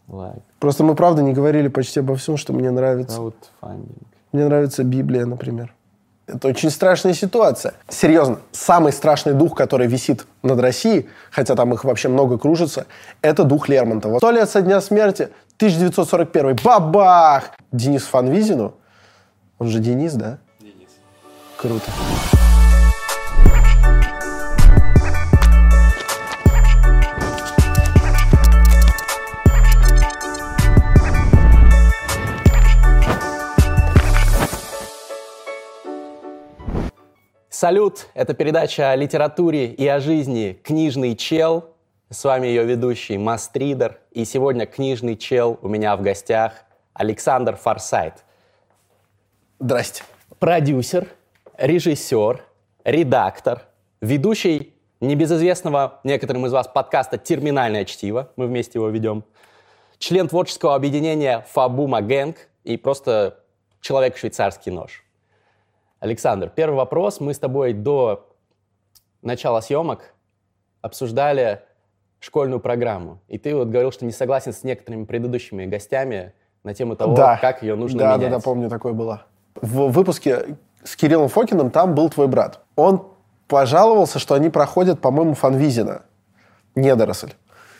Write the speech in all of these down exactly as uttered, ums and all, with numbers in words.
Like. Просто мы, правда, не говорили почти обо всем, что мне нравится. Crowdfunding. Мне нравится Библия, например. Это очень страшная ситуация. Серьезно, самый страшный дух, который висит над Россией, хотя там их вообще много кружится, это дух Лермонтова. Сто лет со дня смерти, тысяча девятьсот сорок первый, бабах! Денис Фанвизину, он же Денис, да? Денис. Круто. Салют! Это передача о литературе и о жизни «Книжный чел». С вами ее ведущий Мастридер. И сегодня книжный чел у меня в гостях Александр Форсайт. Здрасте. Продюсер, режиссер, редактор, ведущий небезызвестного некоторым из вас подкаста «Терминальное чтиво». Мы вместе его ведем. Член творческого объединения «Фабума Гэнг» и просто человек-швейцарский нож. Александр, первый вопрос. Мы с тобой до начала съемок обсуждали школьную программу. И ты вот говорил, что не согласен с некоторыми предыдущими гостями на тему того, да. как ее нужно да, менять. Да, да, помню, такое было. В выпуске с Кириллом Фокиным там был твой брат. Он пожаловался, что они проходят, по-моему, Фанвизина. Недоросль.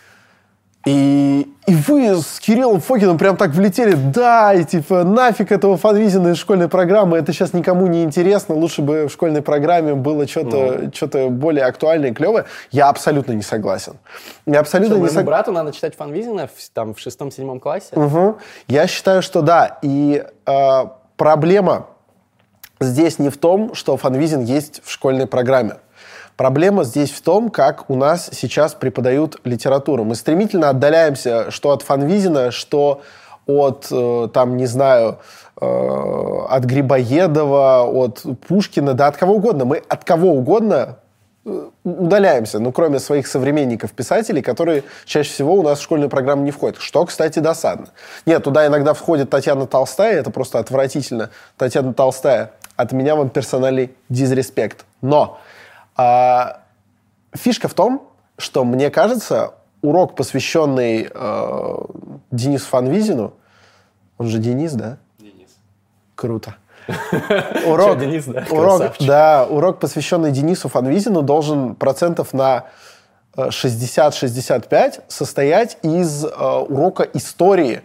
И, и вы с Кириллом Фокиным прям так влетели, да, и типа нафиг этого Фанвизина из школьной программы, это сейчас никому не интересно, лучше бы в школьной программе было что-то, mm. что-то более актуальное и клевое. Я абсолютно не согласен. Я абсолютно что, не моему сог... брату надо читать Фанвизина в, там, в шестом-седьмом классе? Угу. Я считаю, что да. И э, проблема здесь не в том, что Фанвизин есть в школьной программе. Проблема здесь в том, как у нас сейчас преподают литературу. Мы стремительно отдаляемся что от Фанвизина, что от, э, там, не знаю, э, от Грибоедова, от Пушкина, да от кого угодно. Мы от кого угодно удаляемся, ну, кроме своих современников-писателей, которые чаще всего у нас в школьную программу не входят. Что, кстати, досадно. Нет, туда иногда входит Татьяна Толстая, это просто отвратительно. Татьяна Толстая, от меня вам персональный дизреспект. Но А, фишка в том, что, мне кажется, урок, посвященный э, Денису Фанвизину, он же Денис, да? Денис. Круто. Урок, Что, Денис, да? урок, да, урок, посвященный Денису Фанвизину, должен процентов на шестьдесят-шестьдесят пять состоять из э, урока истории,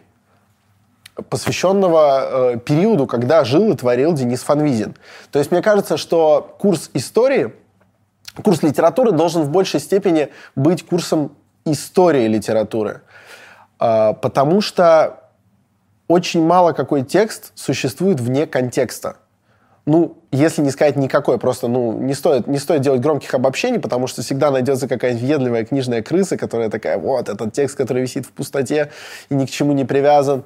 посвященного э, периоду, когда жил и творил Денис Фанвизин. То есть мне кажется, что курс истории, курс литературы должен в большей степени быть курсом истории литературы. Э, потому что очень мало какой текст существует вне контекста. Ну, если не сказать никакой, просто ну, не, стоит, не стоит делать громких обобщений, потому что всегда найдется какая-нибудь въедливая книжная крыса, которая такая, вот, этот текст, который висит в пустоте и ни к чему не привязан.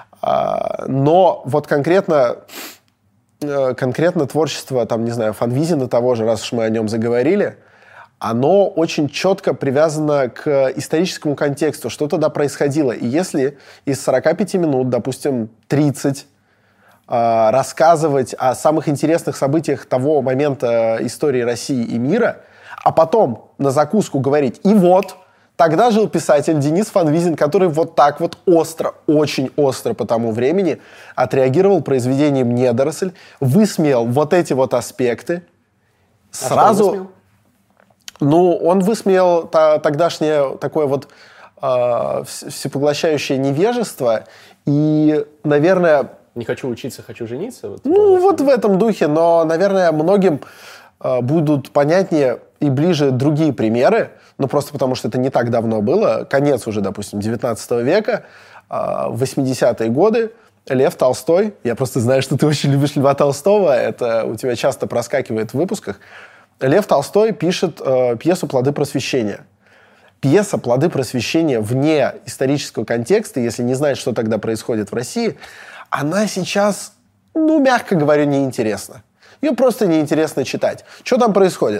Но вот конкретно, конкретно творчество, там, не знаю, Фанвизина того же, раз уж мы о нем заговорили, оно очень четко привязано к историческому контексту, что тогда происходило. И если из сорока пяти минут, допустим, тридцать, рассказывать о самых интересных событиях того момента истории России и мира, а потом на закуску говорить, и вот, тогда жил писатель Денис Фанвизин, который вот так вот остро, очень остро по тому времени отреагировал произведением «Недоросль», высмеял вот эти вот аспекты. А сразу... что он высмеял? Ну, он высмеял та, тогдашнее такое вот э, всепоглощающее невежество и, наверное... Не хочу учиться, хочу жениться? Вот, ну, вот в этом духе, но, наверное, многим э, будут понятнее и ближе другие примеры, ну, просто потому что это не так давно было, конец уже, допустим, девятнадцатого века, э, восьмидесятые годы, Лев Толстой, я просто знаю, что ты очень любишь Льва Толстого, это у тебя часто проскакивает в выпусках, Лев Толстой пишет э, пьесу «Плоды просвещения». Пьеса «Плоды просвещения» вне исторического контекста, если не знать, что тогда происходит в России, она сейчас, ну, мягко говоря, неинтересна. Ее просто неинтересно читать. Что там происходит?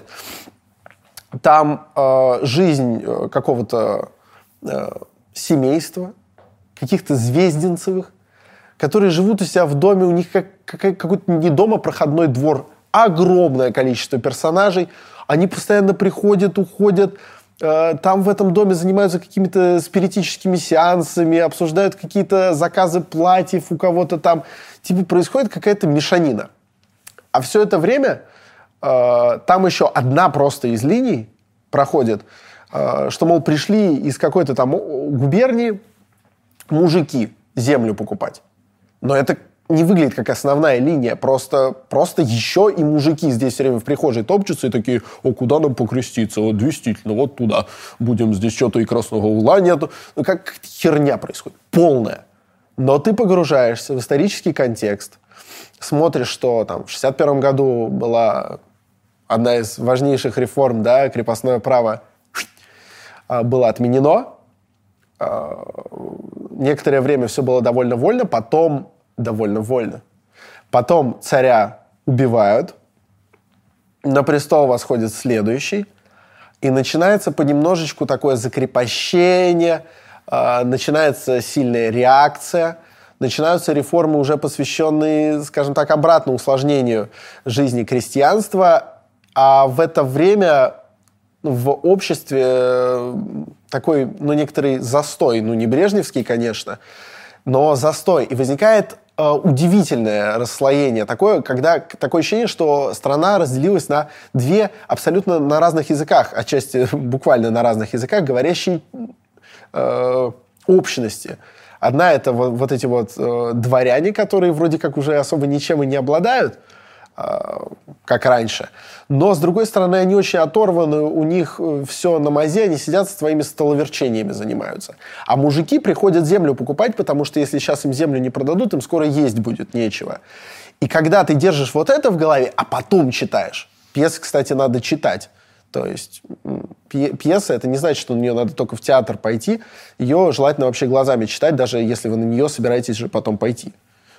Там э, жизнь какого-то э, семейства, каких-то Звездинцевых, которые живут у себя в доме, у них как, как, какой-то не дом, а проходной двор. Огромное количество персонажей. Они постоянно приходят, уходят. э, там в этом доме занимаются какими-то спиритическими сеансами, обсуждают какие-то заказы платьев у кого-то там. Типа происходит какая-то мешанина. А все это время э, там еще одна просто из линий проходит, э, что, мол, пришли из какой-то там губернии мужики землю покупать. Но это не выглядит как основная линия, просто, просто еще и мужики здесь все время в прихожей топчутся и такие: о, куда нам покреститься? Вот действительно, вот туда будем, здесь что-то и красного угла нету. Ну, как херня происходит, полная. Но ты погружаешься в исторический контекст, смотришь, что там в шестьдесят первом году была одна из важнейших реформ, да, крепостное право было отменено. Некоторое время все было довольно вольно, потом довольно вольно. Потом царя убивают, на престол восходит следующий, и начинается понемножечку такое закрепощение, э, начинается сильная реакция, начинаются реформы, уже посвященные, скажем так, обратно усложнению жизни крестьянства, а в это время в обществе такой, ну, некоторый застой, ну, не брежневский, конечно, но застой. И возникает э, удивительное расслоение. Такое, когда, такое ощущение, что страна разделилась на две абсолютно на разных языках, отчасти буквально на разных языках, говорящие э, общности. Одна — это вот, вот эти вот э, дворяне, которые вроде как уже особо ничем и не обладают, э, как раньше. Но, с другой стороны, они очень оторваны, у них все на мазе, они сидят со своими столоверчениями занимаются. А мужики приходят землю покупать, потому что если сейчас им землю не продадут, им скоро есть будет нечего. И когда ты держишь вот это в голове, а потом читаешь. Пьесы, кстати, надо читать. То есть пьеса, это не значит, что на нее надо только в театр пойти. Ее желательно вообще глазами читать, даже если вы на нее собираетесь же потом пойти.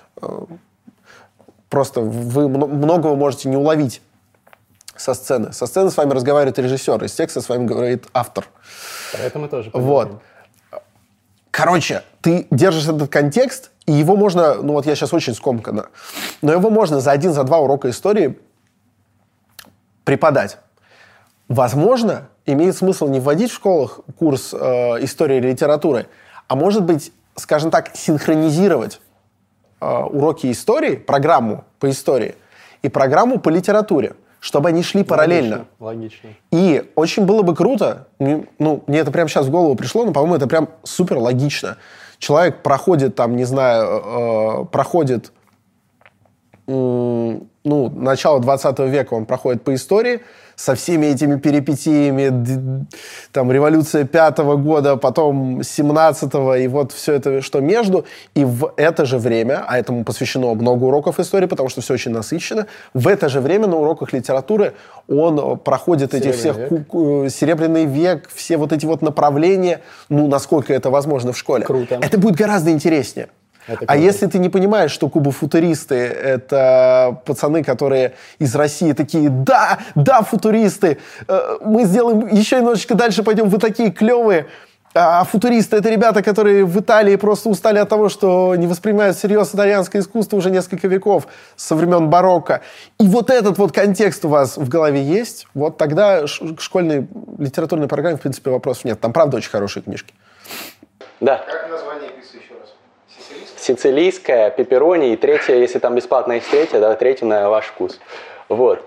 Просто вы многого можете не уловить со сцены. Со сцены с вами разговаривает режиссер, из текста с вами говорит автор. Это мы тоже понимаем. Вот. Короче, ты держишь этот контекст, и его можно, ну вот я сейчас очень скомканно, но его можно за один, за два урока истории преподать. Возможно, имеет смысл не вводить в школах курс э, истории и литературы, а может быть, скажем так, синхронизировать э, уроки истории, программу по истории и программу по литературе, чтобы они шли параллельно. Логично, логично. И очень было бы круто, ну, мне это прямо сейчас в голову пришло, но, по-моему, это прям супер логично. Человек проходит там, не знаю, э, проходит, э, ну, начало двадцатого века он проходит по истории, со всеми этими перипетиями, там, революция пятого года, потом семнадцатого, и вот все это, что между. И в это же время, а этому посвящено много уроков истории, потому что все очень насыщенно, в это же время на уроках литературы он проходит эти всех век. Серебряный век, все вот эти вот направления, ну, насколько это возможно в школе. Круто. Это будет гораздо интереснее. А если ты не понимаешь, что кубофутуристы — это пацаны, которые из России такие: да, да, футуристы, мы сделаем еще немножечко дальше, пойдем, вы такие клевые. А футуристы — это ребята, которые в Италии просто устали от того, что не воспринимают всерьез итальянское искусство уже несколько веков, со времен барокко. И вот этот вот контекст у вас в голове есть, вот тогда к школьной литературной программе, в принципе, вопросов нет. Там, правда, очень хорошие книжки. Да. Как название пиццы еще раз? Сицилийская, пепперони, и третья, если там бесплатно есть третья, да, третья на ваш вкус. Вот.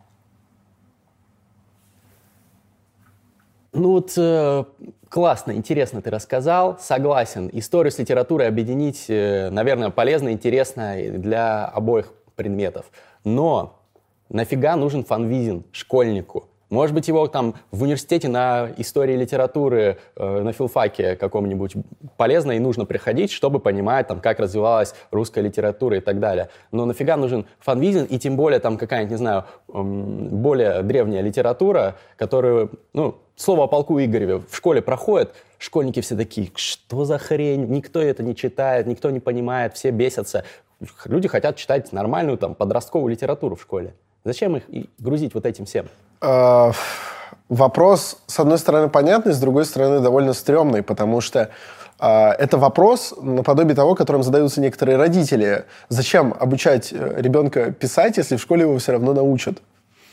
Ну вот э, классно, интересно ты рассказал, согласен. Историю с литературой объединить, э, наверное, полезно, интересно для обоих предметов. Но нафига нужен фанвизин школьнику? Может быть, его там в университете на истории литературы, э, на филфаке каком-нибудь полезно и нужно приходить, чтобы понимать, там, как развивалась русская литература и так далее. Но нафига нужен фанвизин, и тем более там какая-нибудь, не знаю, эм, более древняя литература, которую, ну, слово о полку Игореве в школе проходит, школьники все такие: что за хрень, никто это не читает, никто не понимает, все бесятся. Люди хотят читать нормальную там подростковую литературу в школе. Зачем их грузить вот этим всем? Вопрос, с одной стороны, понятный, с другой стороны, довольно стрёмный, потому что э, это вопрос наподобие того, которым задаются некоторые родители. Зачем обучать ребенка писать, если в школе его все равно научат?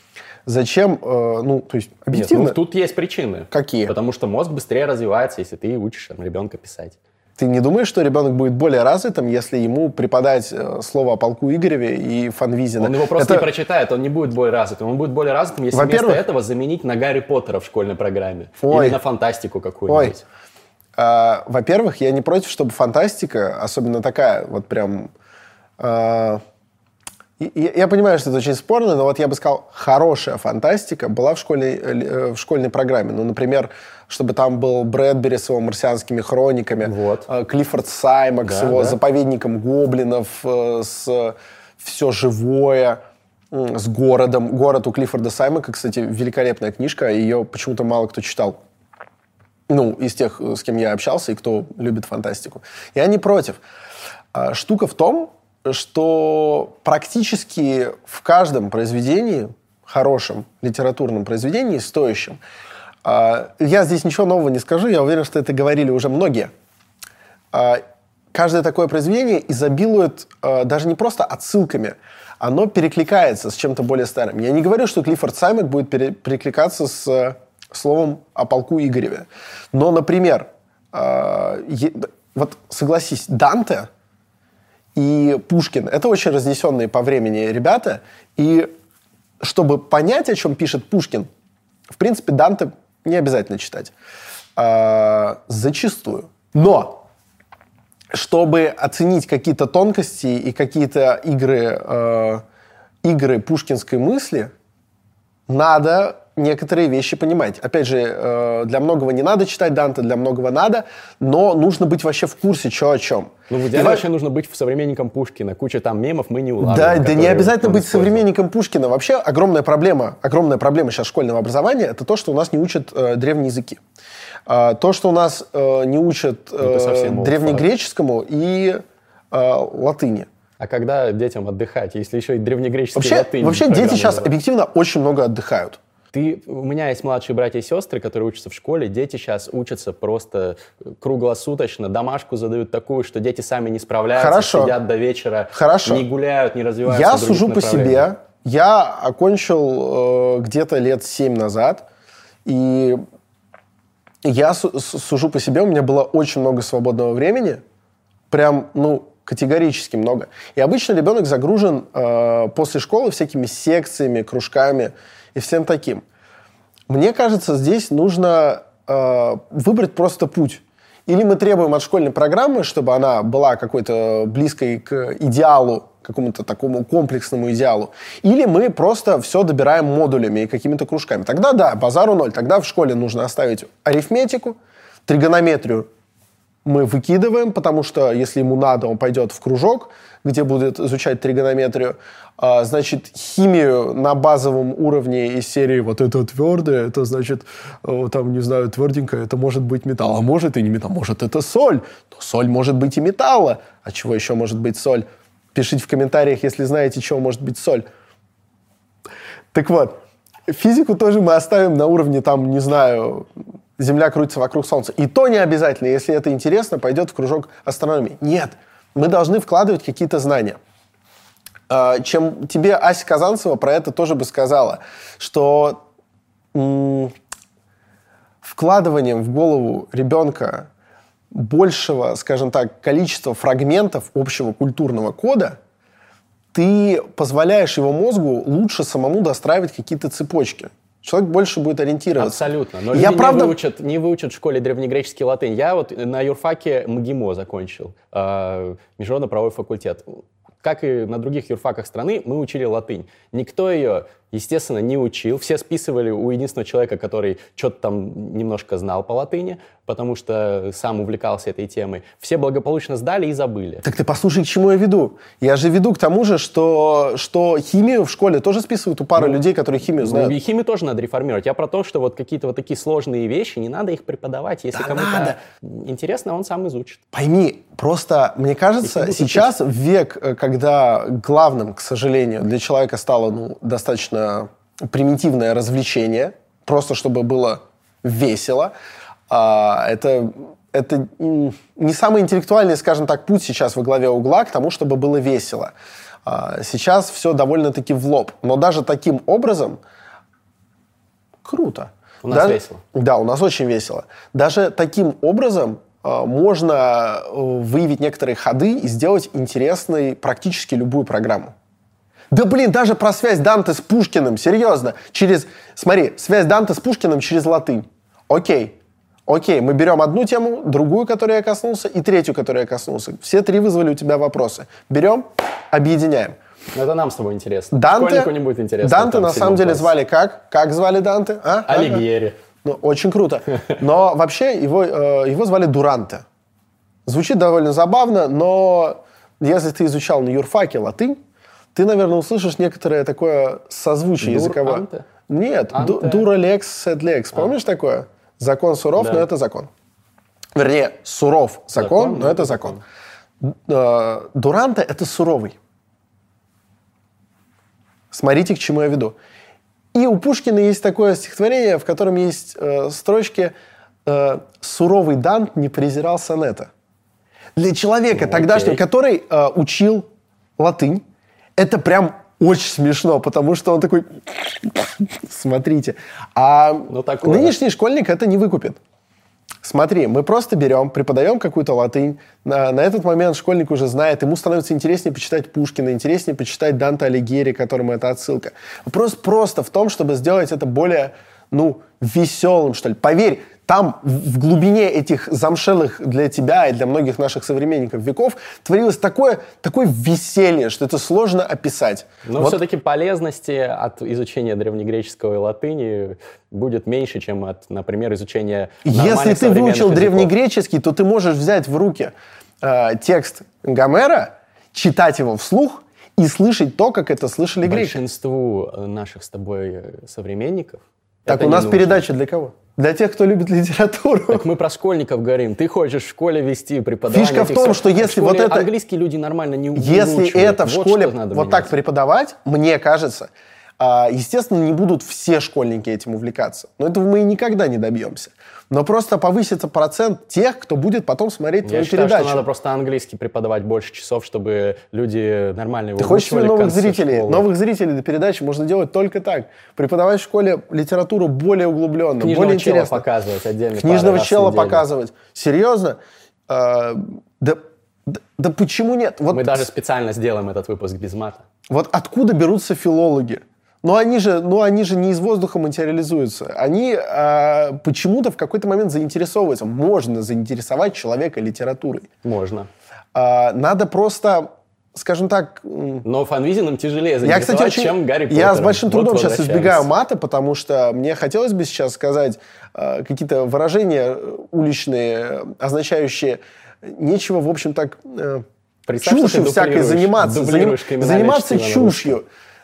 Зачем, э, ну, то есть, объективно... Нет, ну, тут есть причины. Какие? Потому что мозг быстрее развивается, если ты учишь там, ребенка писать. Ты не думаешь, что ребенок будет более развитым, если ему преподать э, слово о полку Игореве и Фанвизина? Он его просто Это... не прочитает, он не будет более развитым. Он будет более развитым, если вместо этого заменить на Гарри Поттера в школьной программе. Ой. Или на фантастику какую-нибудь. Ой. А, во-первых, я не против, чтобы фантастика, особенно такая, вот прям... А... Я, я понимаю, что это очень спорно, но вот я бы сказал, хорошая фантастика была в школьной, в школьной программе. Ну, например, чтобы там был Брэдбери с его марсианскими хрониками, вот. Клиффорд Саймак да, с его да. заповедником гоблинов, с «Все живое», с городом. «Город» у Клиффорда Саймака, кстати, великолепная книжка, ее почему-то мало кто читал. Ну, из тех, с кем я общался и кто любит фантастику. Я не против. Штука в том, что практически в каждом произведении, хорошем литературном произведении, стоящем, я здесь ничего нового не скажу, я уверен, что это говорили уже многие. Каждое такое произведение изобилует даже не просто отсылками, оно перекликается с чем-то более старым. Я не говорю, что Клиффорд Саймак будет перекликаться с словом о полку Игореве. Но, например, вот согласись, Данте и Пушкин — это очень разнесенные по времени ребята, и чтобы понять, о чем пишет Пушкин, в принципе, Данте не обязательно читать. А, зачастую. Но чтобы оценить какие-то тонкости и какие-то игры, э, игры пушкинской мысли, надо некоторые вещи понимать. Опять же, э, для многого не надо читать Данте, для многого надо, но нужно быть вообще в курсе, что о чем. Ну, в идеале и вообще нужно быть современником Пушкина. Куча там мемов мы не улавливаем. Да, да не обязательно быть современником Пушкина. Вообще огромная проблема, огромная проблема сейчас школьного образования — это то, что у нас не учат э, древние языки. Э, то, что у нас э, не учат э, древнегреческому и э, латыни. А когда детям отдыхать, если еще и древнегреческий вообще, латынь? Вообще дети сейчас объективно очень много отдыхают. Ты, у меня есть младшие братья и сестры, которые учатся в школе. Дети сейчас учатся просто круглосуточно. Домашку задают такую, что дети сами не справляются. Хорошо. Сидят до вечера, Хорошо. не гуляют, не развиваются. Я сужу по себе. Я окончил э, где-то лет семь назад. И я су- сужу по себе. У меня было очень много свободного времени. Прям, ну, категорически много. И обычно ребенок загружен э, после школы всякими секциями, кружками и всем таким. Мне кажется, здесь нужно э, выбрать просто путь. Или мы требуем от школьной программы, чтобы она была какой-то близкой к идеалу, какому-то такому комплексному идеалу, или мы просто все добираем модулями и какими-то кружками. Тогда да, базару ноль. Тогда в школе нужно оставить арифметику, тригонометрию мы выкидываем, потому что если ему надо, он пойдет в кружок, где будет изучать тригонометрию. А, значит, химию на базовом уровне из серии вот это твердое, это значит, там, не знаю, тверденькое, это может быть металл, а может и не металл, может это соль, но соль может быть и металла. А чего еще может быть соль? Пишите в комментариях, если знаете, чего может быть соль. Так вот, физику тоже мы оставим на уровне, там, не знаю, Земля крутится вокруг Солнца. И то не обязательно, если это интересно, пойдет в кружок астрономии. Нет, мы должны вкладывать какие-то знания. Чем тебе Ася Казанцева про это тоже бы сказала, что м- вкладыванием в голову ребенка большего, скажем так, количества фрагментов общего культурного кода ты позволяешь его мозгу лучше самому достраивать какие-то цепочки. Человек больше будет ориентироваться. Абсолютно. Но люди я, не, правда... выучат, не выучат в школе древнегреческий латынь. Я вот на юрфаке МГИМО закончил, э, международно-правовой факультет. Как и на других юрфаках страны, мы учили латынь. Никто ее, естественно, не учил. Все списывали у единственного человека, который что-то там немножко знал по латыни, потому что сам увлекался этой темой. Все благополучно сдали и забыли. Так ты послушай, к чему я веду. Я же веду к тому же, что, что химию в школе тоже списывают у пары ну, людей, которые химию знают. И химию тоже надо реформировать. Я про то, что вот какие-то вот такие сложные вещи, не надо их преподавать. Если да кому-то надо. Интересно, он сам изучит. Пойми, просто, мне кажется, сейчас в век, когда главным, к сожалению, для человека стало ну, достаточно примитивное развлечение, просто чтобы было весело, а, это, это не самый интеллектуальный, скажем так, путь сейчас во главе угла к тому, чтобы было весело. А, сейчас все довольно-таки в лоб. Но даже таким образом Круто. У нас Даже, весело. Да, у нас очень весело. Даже таким образом э, можно выявить некоторые ходы и сделать интересной практически любую программу. Да блин, даже про связь Данте с Пушкиным, серьезно. Через, смотри, связь Данте с Пушкиным через латынь. Окей. Окей, мы берем одну тему, другую, которую я коснулся, и третью, которую я коснулся. Все три вызвали у тебя вопросы. Берем, объединяем. Но это нам с тобой интересно. Данте, Школьнику не будет интересно. Данте на самом деле звали как? Как звали Данте? А? Алигьери. Ну, очень круто. Но вообще его, э, его звали Дуранте. Звучит довольно забавно, но если ты изучал на юрфаке латынь, ты, наверное, услышишь некоторое такое созвучие языковое. Дур-анте? Нет, Анте? дуралекс, седлекс. Помнишь а. такое? Закон суров, да. но это закон. Вернее, суров закон, закон но это закон. закон. Дуранте — это суровый. Смотрите, к чему я веду. И у Пушкина есть такое стихотворение, в котором есть э, строчки э, «Суровый Дант не презирал сонета». Для человека ну, тогдашнего, окей. который э, учил латынь, это прям очень смешно, потому что он такой... Смотрите. А ну, нынешний школьник это не выкупит. Смотри, мы просто берем, преподаем какую-то латынь. На, на этот момент школьник уже знает, ему становится интереснее почитать Пушкина, интереснее почитать Данте Алигьери, к которому это отсылка. Вопрос просто в том, чтобы сделать это более, ну, веселым, что ли. Поверь, там в глубине этих замшелых для тебя и для многих наших современников веков творилось такое, такое веселье, что это сложно описать. Но вот. Все-таки полезности от изучения древнегреческого и латыни будет меньше, чем от, например, изучения нормальных Если ты выучил языков. древнегреческий, то ты можешь взять в руки э, текст Гомера, читать его вслух и слышать то, как это слышали греки. Большинству наших с тобой современников. Так у нас нужно. Передача для кого? Для тех, кто любит литературу. Так мы про школьников говорим. Ты хочешь в школе вести преподавание. Фишка в том, что если вот это... Английские люди нормально не учат. Если это в вот школе вот так преподавать, мне кажется, естественно, не будут все школьники этим увлекаться. Но этого мы и никогда не добьемся. Но просто повысится процент тех, кто будет потом смотреть твою Я считаю, передачу. Что надо просто английский преподавать больше часов, чтобы люди нормально его Ты хочешь себе новых зрителей? Школы. Новых зрителей до передачи можно делать только так. Преподавать в школе литературу более углубленно, Книжного более интересно. Книжного чела показывать отдельно. Книжного чела показывать. Серьезно? А, да, да, да почему нет? Вот, Мы даже специально сделаем этот выпуск без мата. Вот откуда берутся филологи? Но они же, ну, они же не из воздуха материализуются. Они э, почему-то в какой-то момент заинтересовываются. Можно заинтересовать человека литературой. Можно. Э, надо просто, скажем так... Но фанвизиным тяжелее заинтересовать, я, кстати, очень, чем Гарри Поттером. Я с большим трудом вот сейчас избегаю мата, потому что мне хотелось бы сейчас сказать э, какие-то выражения уличные, означающие нечего, в общем, так... Э, чушью всякой заниматься. Заним, заниматься чушью.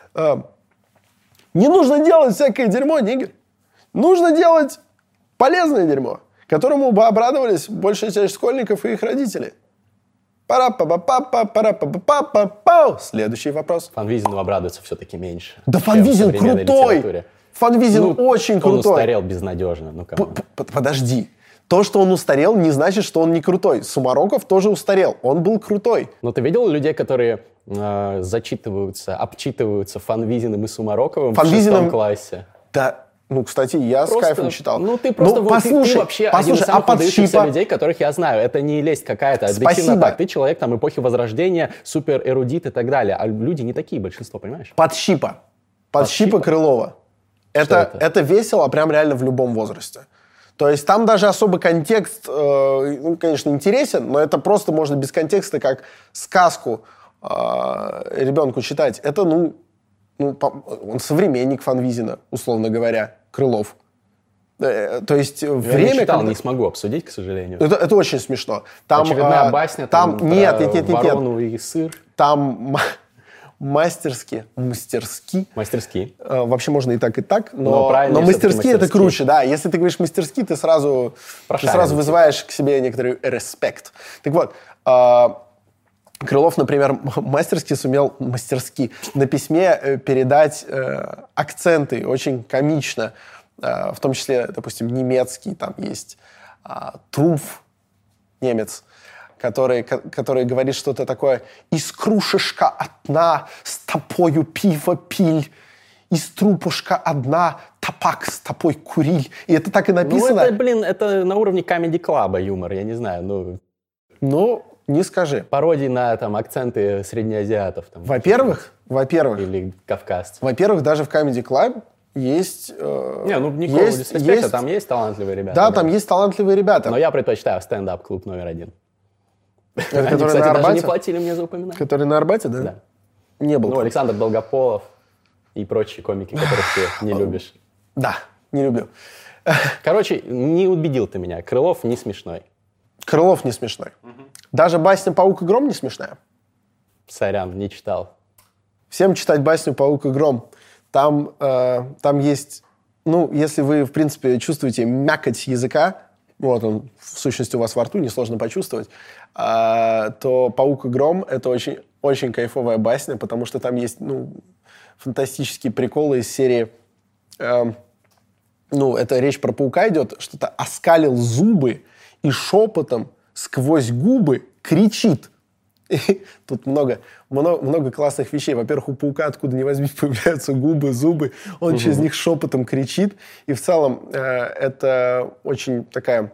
Не нужно делать всякое дерьмо, Игорь. Нужно делать полезное дерьмо, которому бы обрадовались большая часть школьников и их родителей. Пара-па-па-па-па, пара-па-па-па-па. Следующий вопрос. Фанвизину обрадуется все-таки меньше. Да Фанвизин крутой! Фанвизин ну, очень крутой. Он устарел безнадежно. Ну, подожди. То, что он устарел, не значит, что он не крутой. Сумароков тоже устарел. Он был крутой. Но ты видел людей, которые э, зачитываются, обчитываются Фанвизиным и Сумароковым Фанвизиным... в шестом классе? Да, ну, кстати, я просто, с кайфом читал. Ну, ты просто ну, вот, послушай, ты, ты вообще послушай, один из самых а выдающихся людей, которых я знаю. Это не лесть какая-то. Спасибо. Так. Ты человек там эпохи Возрождения, супер-эрудит и так далее. А люди не такие, большинство, понимаешь? Подщипа. Подщипа Крылова. Это, это? это весело прям реально в любом возрасте. То есть там даже особый контекст, э, ну, конечно, интересен, но это просто можно без контекста, как сказку э, ребенку читать. Это, ну, ну, он современник Фанвизина, условно говоря, Крылов. Э, то есть Я время... не читал, когда... не смогу обсудить, к сожалению. Это, это очень смешно. Там, Очередная э, басня там, там нет, про нет, нет, нет, нет. ворону и сыр. Там... Мастерски, мастерски. Мастерски. Э, вообще можно и так, и так, Но, но, но мастерски это круче, да. Если ты говоришь мастерски, ты сразу, ты сразу вызываешь к себе некоторый респект. Так вот, э, Крылов, например, мастерски сумел, мастерски, на письме передать э, акценты, очень комично, э, в том числе, допустим, немецкий, там есть э, Трумф, немец, который, который говорит что-то такое «Из крушешка одна с тобою пиво пиль». из трупушка одна, топак с тобой куриль. И это так и написано. Ну, это, блин, это на уровне Comedy Club юмор, я не знаю, ну... Ну, не скажи. Пародии на там акценты среднеазиатов. Там, во-первых, во-первых... Или кавказцев. Во-первых, даже в Comedy Club есть... Э, не, ну, никакого есть, дисреспекта, есть, там есть талантливые ребята. Да, да, там есть талантливые ребята. Но я предпочитаю стендап-клуб номер один. Это, Они, который кстати, на даже Арбате? не платили мне за упоминание. Который на Арбате, да? Да. Не был. Ну, Александр Долгополов и прочие комики, которых ты не любишь. Да, не люблю. Короче, не убедил ты меня. Крылов не смешной. Крылов не смешной. Угу. Даже басня «Паук и гром» не смешная. Сорян, не читал. Всем читать басню «Паук и гром». Там, э, там есть... Ну, если вы, в принципе, чувствуете мякоть языка, вот он, в сущности, у вас во рту, несложно почувствовать, э, то «Паук и гром» — это очень, очень кайфовая басня, потому что там есть, ну, фантастические приколы из серии... Э, ну, это речь про паука идет, что-то оскалил зубы и шепотом сквозь губы кричит. И тут много, много, много классных вещей. Во-первых, у паука откуда ни возьми появляются губы, зубы. Он угу. через них шепотом кричит. И в целом э, это очень такая...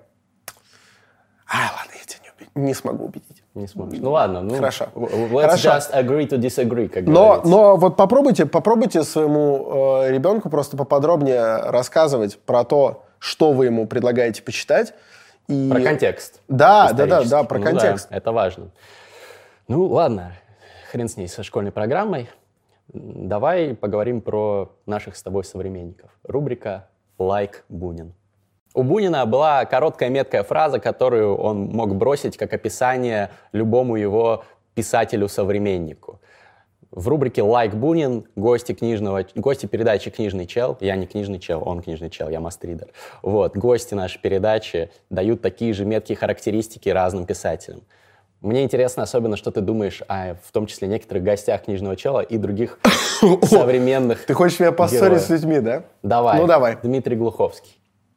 Ай, ладно, я тебя не, убед... не смогу убедить. Не сможешь. Ну ладно. Ну, Хорошо. Let's Хорошо. just agree to disagree, как но, говорится. но вот попробуйте, попробуйте своему э, ребенку просто поподробнее рассказывать про то, что вы ему предлагаете почитать. И... Про контекст. Да, да, да, да, про ну, контекст. Да, это важно. Ну, ладно, хрен с ней, со школьной программой. Давай поговорим про наших с тобой современников. Рубрика «Лайк Бунин». У Бунина была короткая меткая фраза, которую он мог бросить как описание любому его писателю-современнику. В рубрике «Лайк Бунин» гости, книжного, гости передачи «Книжный чел», я не книжный чел, он книжный чел, я мастридер, вот, гости нашей передачи дают такие же меткие характеристики разным писателям. Мне интересно особенно, что ты думаешь о, в том числе, некоторых гостях «Книжного чела» и других современных Ты хочешь меня поссорить героев. с людьми, да? Давай. Ну, давай. Дмитрий Глуховский.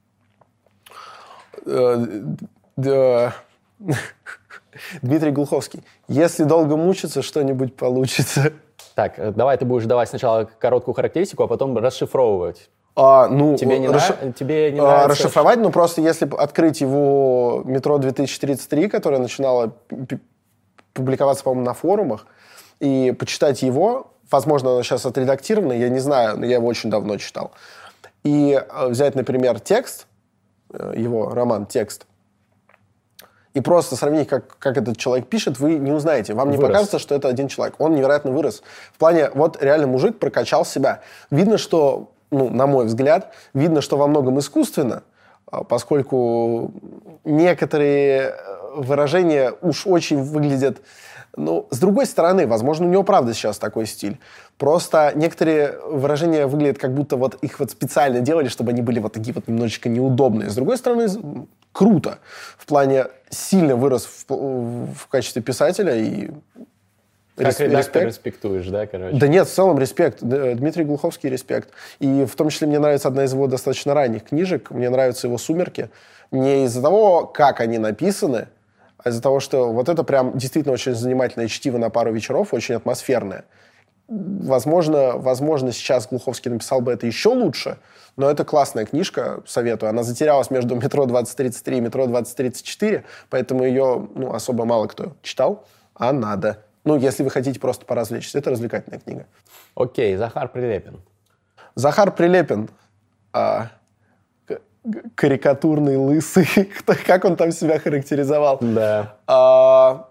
Дмитрий Глуховский. Если долго мучиться, что-нибудь получится. Так, давай ты будешь давать сначала короткую характеристику, а потом расшифровывать. А, ну, Тебе не, расш... нрав... Тебе не а, нравится? Расшифровать, ну просто если открыть его «Метро две тысячи тридцать три», которое начинало публиковаться, по-моему, на форумах, и почитать его, возможно, оно сейчас отредактировано, я не знаю, но я его очень давно читал, и взять, например, текст, его роман «Текст», и просто сравнить, как, как этот человек пишет, вы не узнаете. Вам не Вырос. покажется, что это один человек. Он невероятно вырос. В плане, вот реально мужик прокачал себя. Видно, что, ну, на мой взгляд, видно, что во многом искусственно, поскольку некоторые выражения уж очень выглядят... Ну, с другой стороны, возможно, у него правда сейчас такой стиль. Просто некоторые выражения выглядят, как будто вот их вот специально делали, чтобы они были вот такие вот немножечко неудобные. С другой стороны, круто. В плане сильно вырос в, в качестве писателя и как респ, редактор респект. респектуешь, да, короче? Да нет, в целом респект. Дмитрий Глуховский респект. И в том числе мне нравится одна из его достаточно ранних книжек. Мне нравятся его «Сумерки». Не из-за того, как они написаны, а из-за того, что вот это прям действительно очень занимательное чтиво на пару вечеров, очень атмосферное. Возможно, возможно, сейчас Глуховский написал бы это еще лучше, но это классная книжка, советую. Она затерялась между «Метро двадцать тридцать три» и «Метро двадцать тридцать четыре», поэтому ее, ну, особо мало кто читал, а надо. Ну, если вы хотите просто поразвлечься. Это развлекательная книга. Окей, Захар Прилепин. Захар Прилепин. А, к- карикатурный, лысый. Как он там себя характеризовал? Да. А,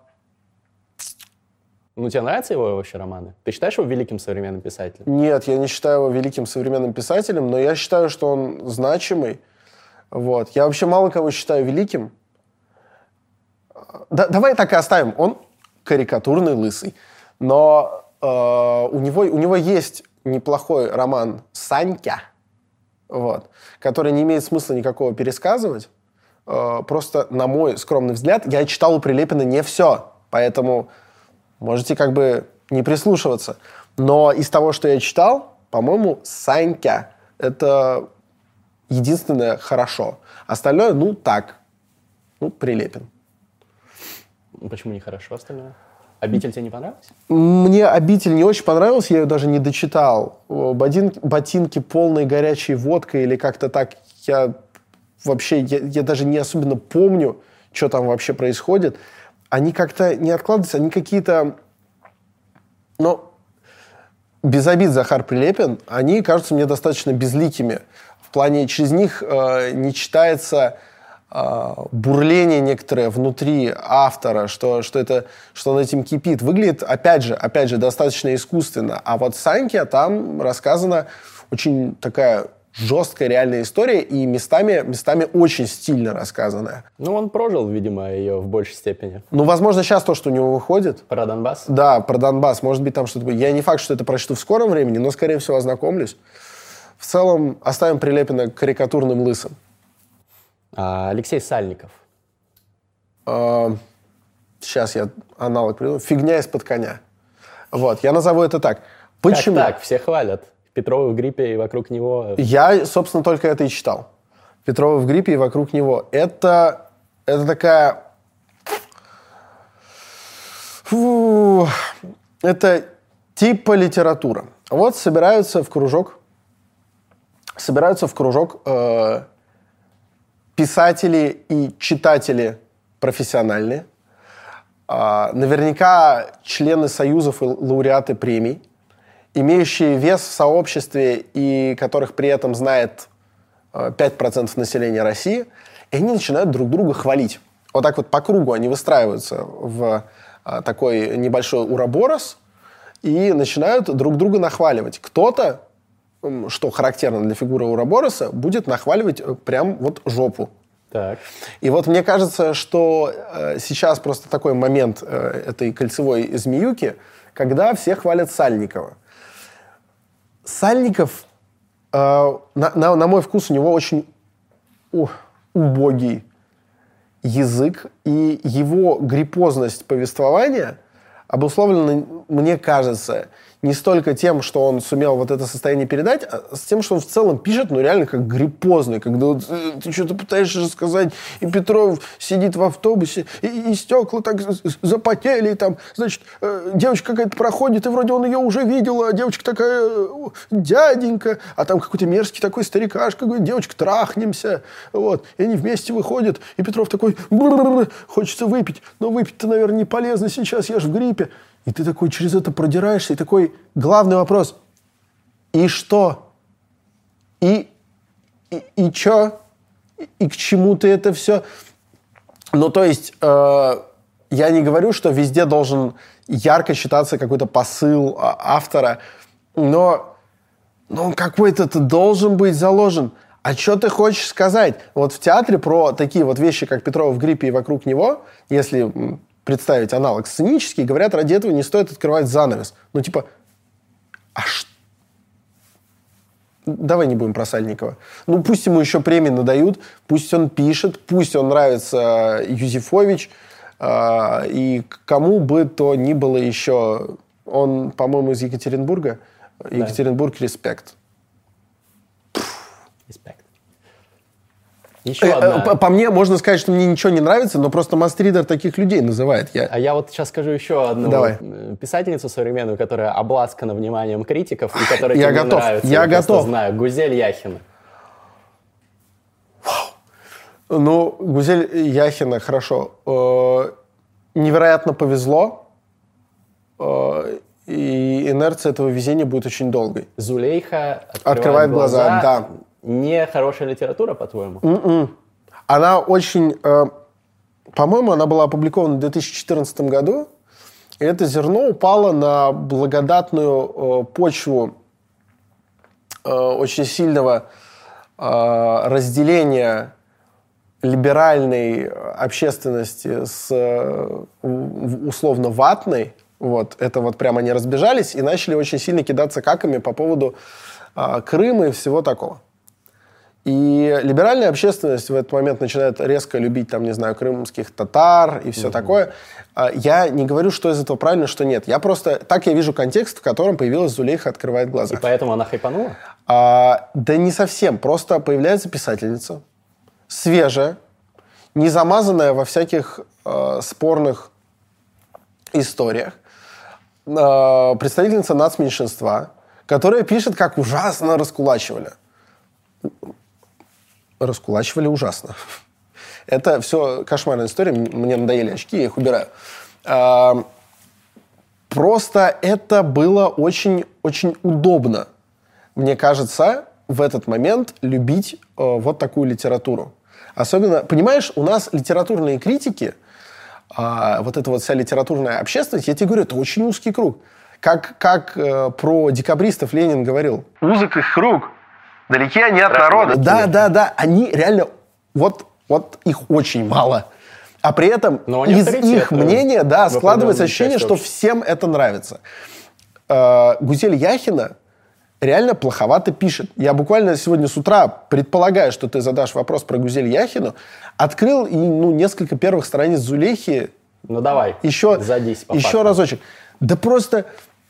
Ну, тебе нравятся его вообще романы? Ты считаешь его великим современным писателем? Нет, я не считаю его великим современным писателем, но я считаю, что он значимый. Вот. Я вообще мало кого считаю великим. Да, давай так и оставим. Он карикатурный, лысый. Но э, у, него, у него есть неплохой роман «Санька», вот, который не имеет смысла никакого пересказывать. Э, просто, на мой скромный взгляд, я читал у Прилепина не все, поэтому можете как бы не прислушиваться. Но из того, что я читал, по-моему, «Санька» — это единственное хорошо. Остальное, ну, так. Ну, Прилепин. Почему нехорошо остальное? «Обитель» тебе не понравилась? Мне «Обитель» не очень понравилась, я ее даже не дочитал. Ботинки, ботинки полной горячей водкой или как-то так, я вообще, я, я даже не особенно помню, что там вообще происходит. Они как-то не откладываются, они какие-то, ну, без обид, Захар Прилепин, они кажутся мне достаточно безликими. В плане, через них э, не читается э, бурление некоторое внутри автора, что, что, это, что он этим кипит. Выглядит, опять же, опять же, достаточно искусственно. А вот «Саньке» там рассказана очень такая жесткая реальная история и местами, местами очень стильно рассказанная. Ну, он прожил, видимо, ее в большей степени. Ну, возможно, сейчас то, что у него выходит. Про Донбасс? Да, про Донбасс. Может быть, там что-то будет. Я не факт, что это прочту в скором времени, но, скорее всего, ознакомлюсь. В целом, оставим Прилепина карикатурным лысым. А, Алексей Сальников. А, сейчас я аналог придумаю. Фигня из-под коня. Вот, я назову это так. Почему? Как так? Все хвалят. Петровы в гриппе и вокруг него. Я, собственно, только это и читал. Петровы в гриппе и вокруг него. Это, это такая... Фу, это типа литература. Вот собираются в кружок, собираются в кружок э, писатели и читатели профессиональные. Э, наверняка члены союзов и лауреаты премий, имеющие вес в сообществе и которых при этом знает э, пять процентов населения России, и они начинают друг друга хвалить. Вот так вот по кругу они выстраиваются в э, такой небольшой уроборос и начинают друг друга нахваливать. Кто-то, э, что характерно для фигуры уробороса, будет нахваливать э, прям вот жопу. Так. И вот мне кажется, что э, сейчас просто такой момент э, этой кольцевой змеюки, когда все хвалят Сальникова. Сальников, э, на, на, на мой вкус, у него очень о, убогий язык, и его гриппозность повествования обусловлена, мне кажется, не столько тем, что он сумел вот это состояние передать, а с тем, что он в целом пишет, ну, реально как гриппозный, когда вот, э, ты что-то пытаешься сказать, и Петров сидит в автобусе, и, и стекла так запотели, и там, значит, э, девочка какая-то проходит, и вроде он ее уже видел, а девочка такая, э, дяденька, а там какой-то мерзкий такой старикашка, говорит, девочка, трахнемся, вот, и они вместе выходят, и Петров такой, хочется выпить, но выпить-то, наверное, не полезно сейчас, я же в гриппе. И ты такой через это продираешься, и такой главный вопрос. И что? И, и, и чё? И, и к чему ты это все? Ну, то есть, э, я не говорю, что везде должен ярко считаться какой-то посыл автора, но, но он какой-то должен быть заложен. А что ты хочешь сказать? Вот в театре про такие вот вещи, как Петрова в гриппе и вокруг него, если представить аналог сценический, говорят, ради этого не стоит открывать занавес. Ну, типа, а что? Давай не будем про Сальникова. Ну, пусть ему еще премии надают, пусть он пишет, пусть он нравится Юзефович, э, и кому бы то ни было еще. Он, по-моему, из Екатеринбурга. Да. Екатеринбург, респект. Респект. Еще одна. По, по мне, можно сказать, что мне ничего не нравится, но просто Мастридер таких людей называет. Я... А я вот сейчас скажу еще одну Давай. писательницу современную, которая обласкана вниманием критиков, и которая я тебе готов. нравится. Я, я готов. Знаю. Гузель Яхина. Ну, Гузель Яхина, хорошо. Э-э- невероятно повезло, э- и инерция этого везения будет очень долгой. Зулейха открывает, открывает глаза, глаза, да. Не хорошая литература, по-твоему? Mm-mm. Она очень... Э, по-моему, она была опубликована в две тысячи четырнадцатом году, и это зерно упало на благодатную э, почву э, очень сильного э, разделения либеральной общественности с э, условно ватной. Вот, это вот прямо они разбежались и начали очень сильно кидаться каками по поводу э, Крыма и всего такого. И либеральная общественность в этот момент начинает резко любить, там, не знаю, крымских татар и все mm-hmm. такое. Я не говорю, что из этого правильно, что нет. Я просто... Так я вижу контекст, в котором появилась Зулейха «Открывает глаза». И поэтому она хайпанула? А, да не совсем. Просто появляется писательница, свежая, не замазанная во всяких э, спорных историях э, представительница нацменьшинства, которая пишет, как ужасно раскулачивали. Раскулачивали ужасно. Это все кошмарная история. Мне надоели очки, я их убираю. Э, просто это было очень, очень удобно, мне кажется, в этот момент любить э, вот такую литературу. Особенно, понимаешь, у нас литературные критики, а, вот эта вот вся литературная общественность, я тебе говорю, это очень узкий круг. Как, как э, про декабристов Ленин говорил. Узок их круг, далеки они от народа. Да, да, да, они реально, вот, вот их очень мало. А при этом из их мнения, да, складывается ощущение, что всем это нравится. Э, Гузель Яхина реально плоховато пишет. Я буквально сегодня с утра, предполагая, что ты задашь вопрос про Гузель Яхину, открыл и, ну, несколько первых страниц Зулейхи. Ну давай, еще, задись по еще факту. разочек. Да просто,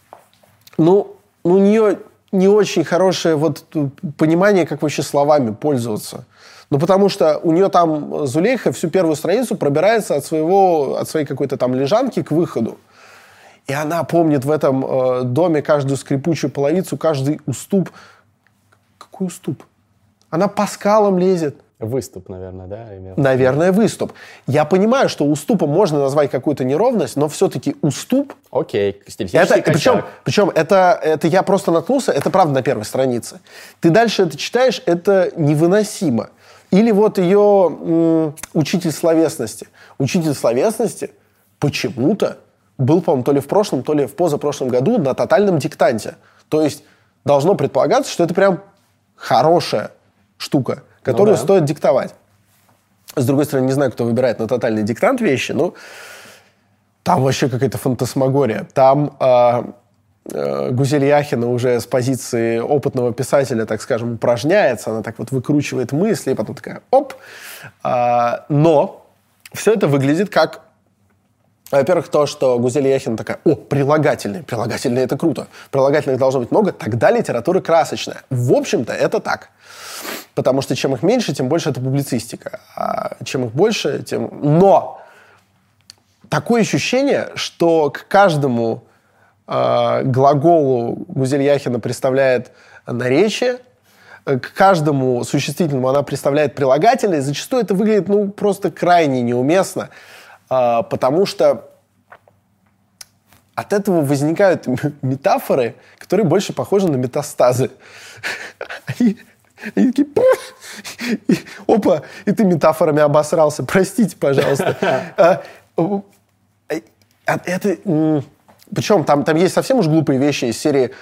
ну, у нее не очень хорошее вот понимание, как вообще словами пользоваться. Ну, потому что у нее там Зулейха всю первую страницу пробирается от, своего, от своей какой-то там лежанки к выходу. И она помнит в этом э, доме каждую скрипучую половицу, каждый уступ. Какой уступ? Она по скалам лезет. Выступ, наверное, да? Имел? Наверное, выступ. Я понимаю, что уступом можно назвать какую-то неровность, но все-таки уступ... Окей, стилистический это, причем, причем это, это я просто наткнулся, это правда на первой странице. Ты дальше это читаешь, это невыносимо. Или вот ее м, учитель словесности. Учитель словесности почему-то был, по-моему, то ли в прошлом, то ли в позапрошлом году на тотальном диктанте. То есть должно предполагаться, что это прям хорошая штука, которую ну, да. стоит диктовать. С другой стороны, не знаю, кто выбирает на тотальный диктант вещи, но там вообще какая-то фантасмагория. Там э, э, Гузель Яхина уже с позиции опытного писателя, так скажем, упражняется, она так вот выкручивает мысли, и потом такая оп. А, но все это выглядит как... Во-первых, то, что Гузель Яхина такая, о, прилагательные, прилагательные — это круто, прилагательных должно быть много, тогда литература красочная. В общем-то, это так. Потому что чем их меньше, тем больше это публицистика. А чем их больше, тем... Но такое ощущение, что к каждому э, глаголу Гузель Яхина представляет наречие, к каждому существительному она представляет прилагательное, зачастую это выглядит, ну, просто крайне неуместно. Потому что от этого возникают метафоры, которые больше похожи на метастазы. Они, они такие... И, опа, и ты метафорами обосрался. Простите, пожалуйста. Это... Причем там, там есть совсем уж глупые вещи из серии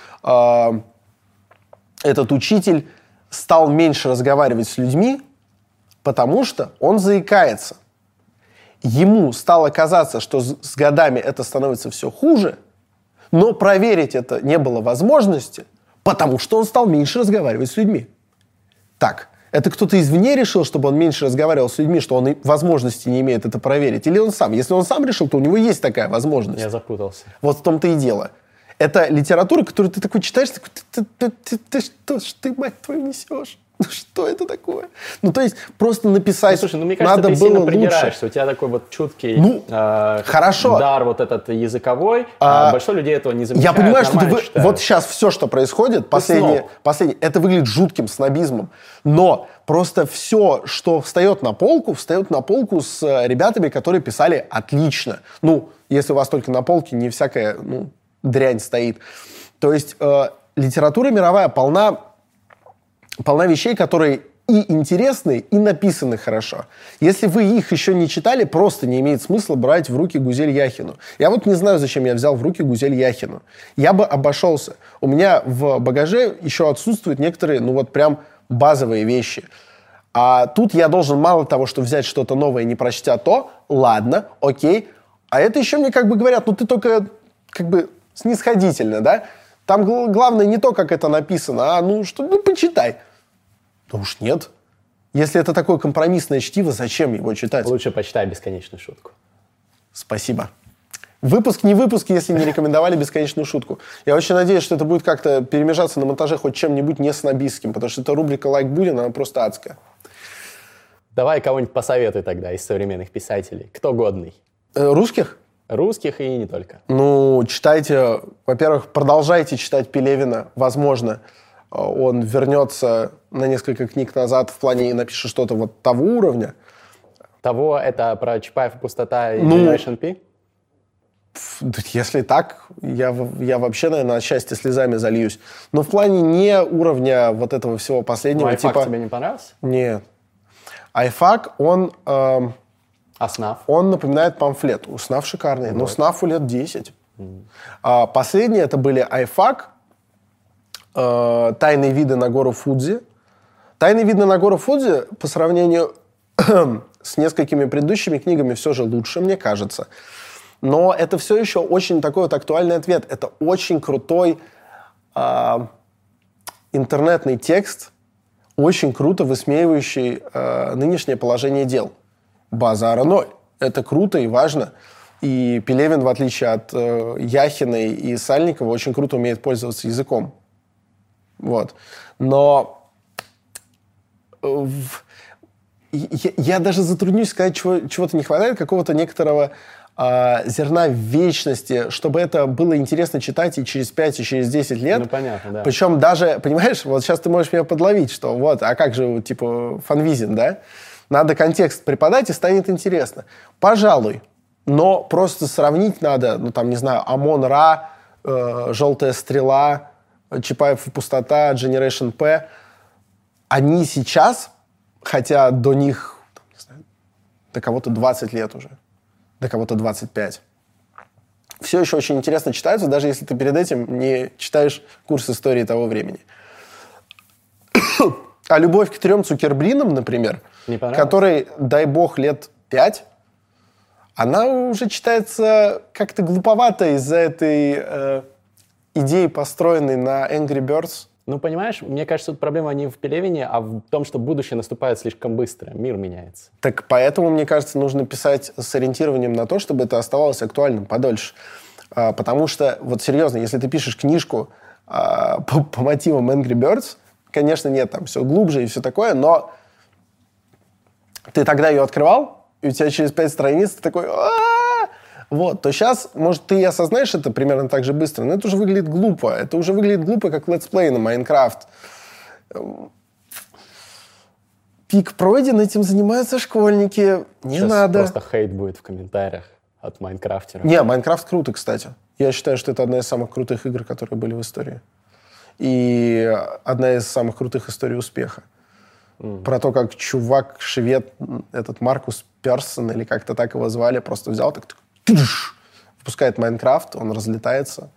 «Этот учитель стал меньше разговаривать с людьми, потому что он заикается». Ему стало казаться, что с годами это становится все хуже, но проверить это не было возможности, потому что он стал меньше разговаривать с людьми. Так, это кто-то извне решил, чтобы он меньше разговаривал с людьми, что он и возможности не имеет это проверить? Или он сам? Если он сам решил, то у него есть такая возможность. Я запутался. Вот в том-то и дело. Это литература, которую ты такой читаешь, такой, ты, ты, ты, ты что ж ты, мать твою, несешь? Ну что это такое? Ну, то есть, просто написать ну, слушай, ну, мне кажется, надо ты было сильно лучше. придираешься. У тебя такой вот чуткий ну, э, хорошо. дар вот этот языковой. А, а большинство людей этого не замечают. Я понимаю, что ты вы... считают. вот сейчас все, что происходит, последнее, последнее, это выглядит жутким снобизмом. Но просто все, что встает на полку, встает на полку с ребятами, которые писали отлично. Ну, если у вас только на полке не всякая ну, дрянь стоит. То есть э, литература мировая полна, полна вещей, которые и интересные, и написаны хорошо. Если вы их еще не читали, просто не имеет смысла брать в руки Гузель Яхину. Я вот не знаю, зачем я взял в руки Гузель Яхину. Я бы обошелся. У меня в багаже еще отсутствуют некоторые, ну вот прям базовые вещи. А тут я должен мало того, что взять что-то новое, не прочтя то, ладно, окей. А это еще мне как бы говорят, ну ты только как бы снисходительно, да? Там гл- главное не то, как это написано, а ну что, ну почитай. Да уж нет. Если это такое компромиссное чтиво, зачем его читать? Лучше почитай «Бесконечную шутку». Спасибо. Выпуск не выпуск, если не рекомендовали «Бесконечную шутку». Я очень надеюсь, что это будет как-то перемежаться на монтаже хоть чем-нибудь не снобистским, потому что эта рубрика «Лайк Будин», она просто адская. Давай кого-нибудь посоветуй тогда из современных писателей. Кто годный? Э, русских? Русских и не только. Ну, читайте, во-первых, продолжайте читать Пелевина, возможно, он вернется на несколько книг назад в плане и напишет что-то вот того уровня. Того, это про Чапаев и пустота и ну, Generation P? Если так, я, я вообще, наверное, от счастья слезами зальюсь. Но в плане не уровня вот этого всего последнего. Ну, Айфак типа... тебе не понравился? Нет. Айфак, он... Эм... А СНАФ? Он напоминает памфлет. У СНАФ шикарный, но вот. СНАФу лет десять. Mm. А последние это были Айфак, э, «Тайные виды на гору Фудзи». «Тайные виды на гору Фудзи» по сравнению с несколькими предыдущими книгами все же лучше, мне кажется. Но это все еще очень такой вот актуальный ответ. Это очень крутой э, интернетный текст, очень круто высмеивающий э, нынешнее положение дел. Базара ноль. Это круто и важно. И Пелевин, в отличие от э, Яхиной и Сальникова, очень круто умеет пользоваться языком. Вот. Но э, в, я, я даже затруднюсь сказать, чего, чего-то не хватает, какого-то некоторого э, зерна вечности, чтобы это было интересно читать и через пять, и через десять лет. Ну, понятно, да. Причем даже, понимаешь, вот сейчас ты можешь меня подловить, что вот, а как же, типа, Фанвизин, да? Надо контекст преподать, и станет интересно. Пожалуй. Но просто сравнить надо, ну, там, не знаю, Амон-Ра, э, «Желтая стрела», Чапаев и пустота, Generation P. Они сейчас, хотя до них, там, не знаю, до кого-то двадцать лет уже, до кого-то двадцать пять, все еще очень интересно читаются, даже если ты перед этим не читаешь курс истории того времени. А «Любовь к трем Цукербринам», например, который, дай бог, лет пять, она уже читается как-то глуповато из-за этой э, идеи, построенной на Angry Birds. Ну, понимаешь, мне кажется, тут проблема не в Пелевине, а в том, что будущее наступает слишком быстро, мир меняется. Так поэтому, мне кажется, нужно писать с ориентированием на то, чтобы это оставалось актуальным подольше. А, потому что, вот серьезно, если ты пишешь книжку а, по, по мотивам Angry Birds, конечно, нет, там все глубже и все такое, но ты тогда ее открывал, и у тебя через пять страниц ты такой... А-а-а! Вот, то сейчас, может, ты и осознаешь это примерно так же быстро, но это уже выглядит глупо. Это уже выглядит глупо, как летсплей на Майнкрафт. Пик пройден, этим занимаются школьники. Не сейчас надо. Просто хейт будет в комментариях от майнкрафтеров. Не, Майнкрафт круто, кстати. Я считаю, что это одна из самых крутых игр, которые были в истории. И одна из самых крутых историй успеха. Mm. Про то, как чувак, швед, этот Маркус Персон, или как-то так его звали, просто взял, так, тыш, выпускает Майнкрафт, он разлетается.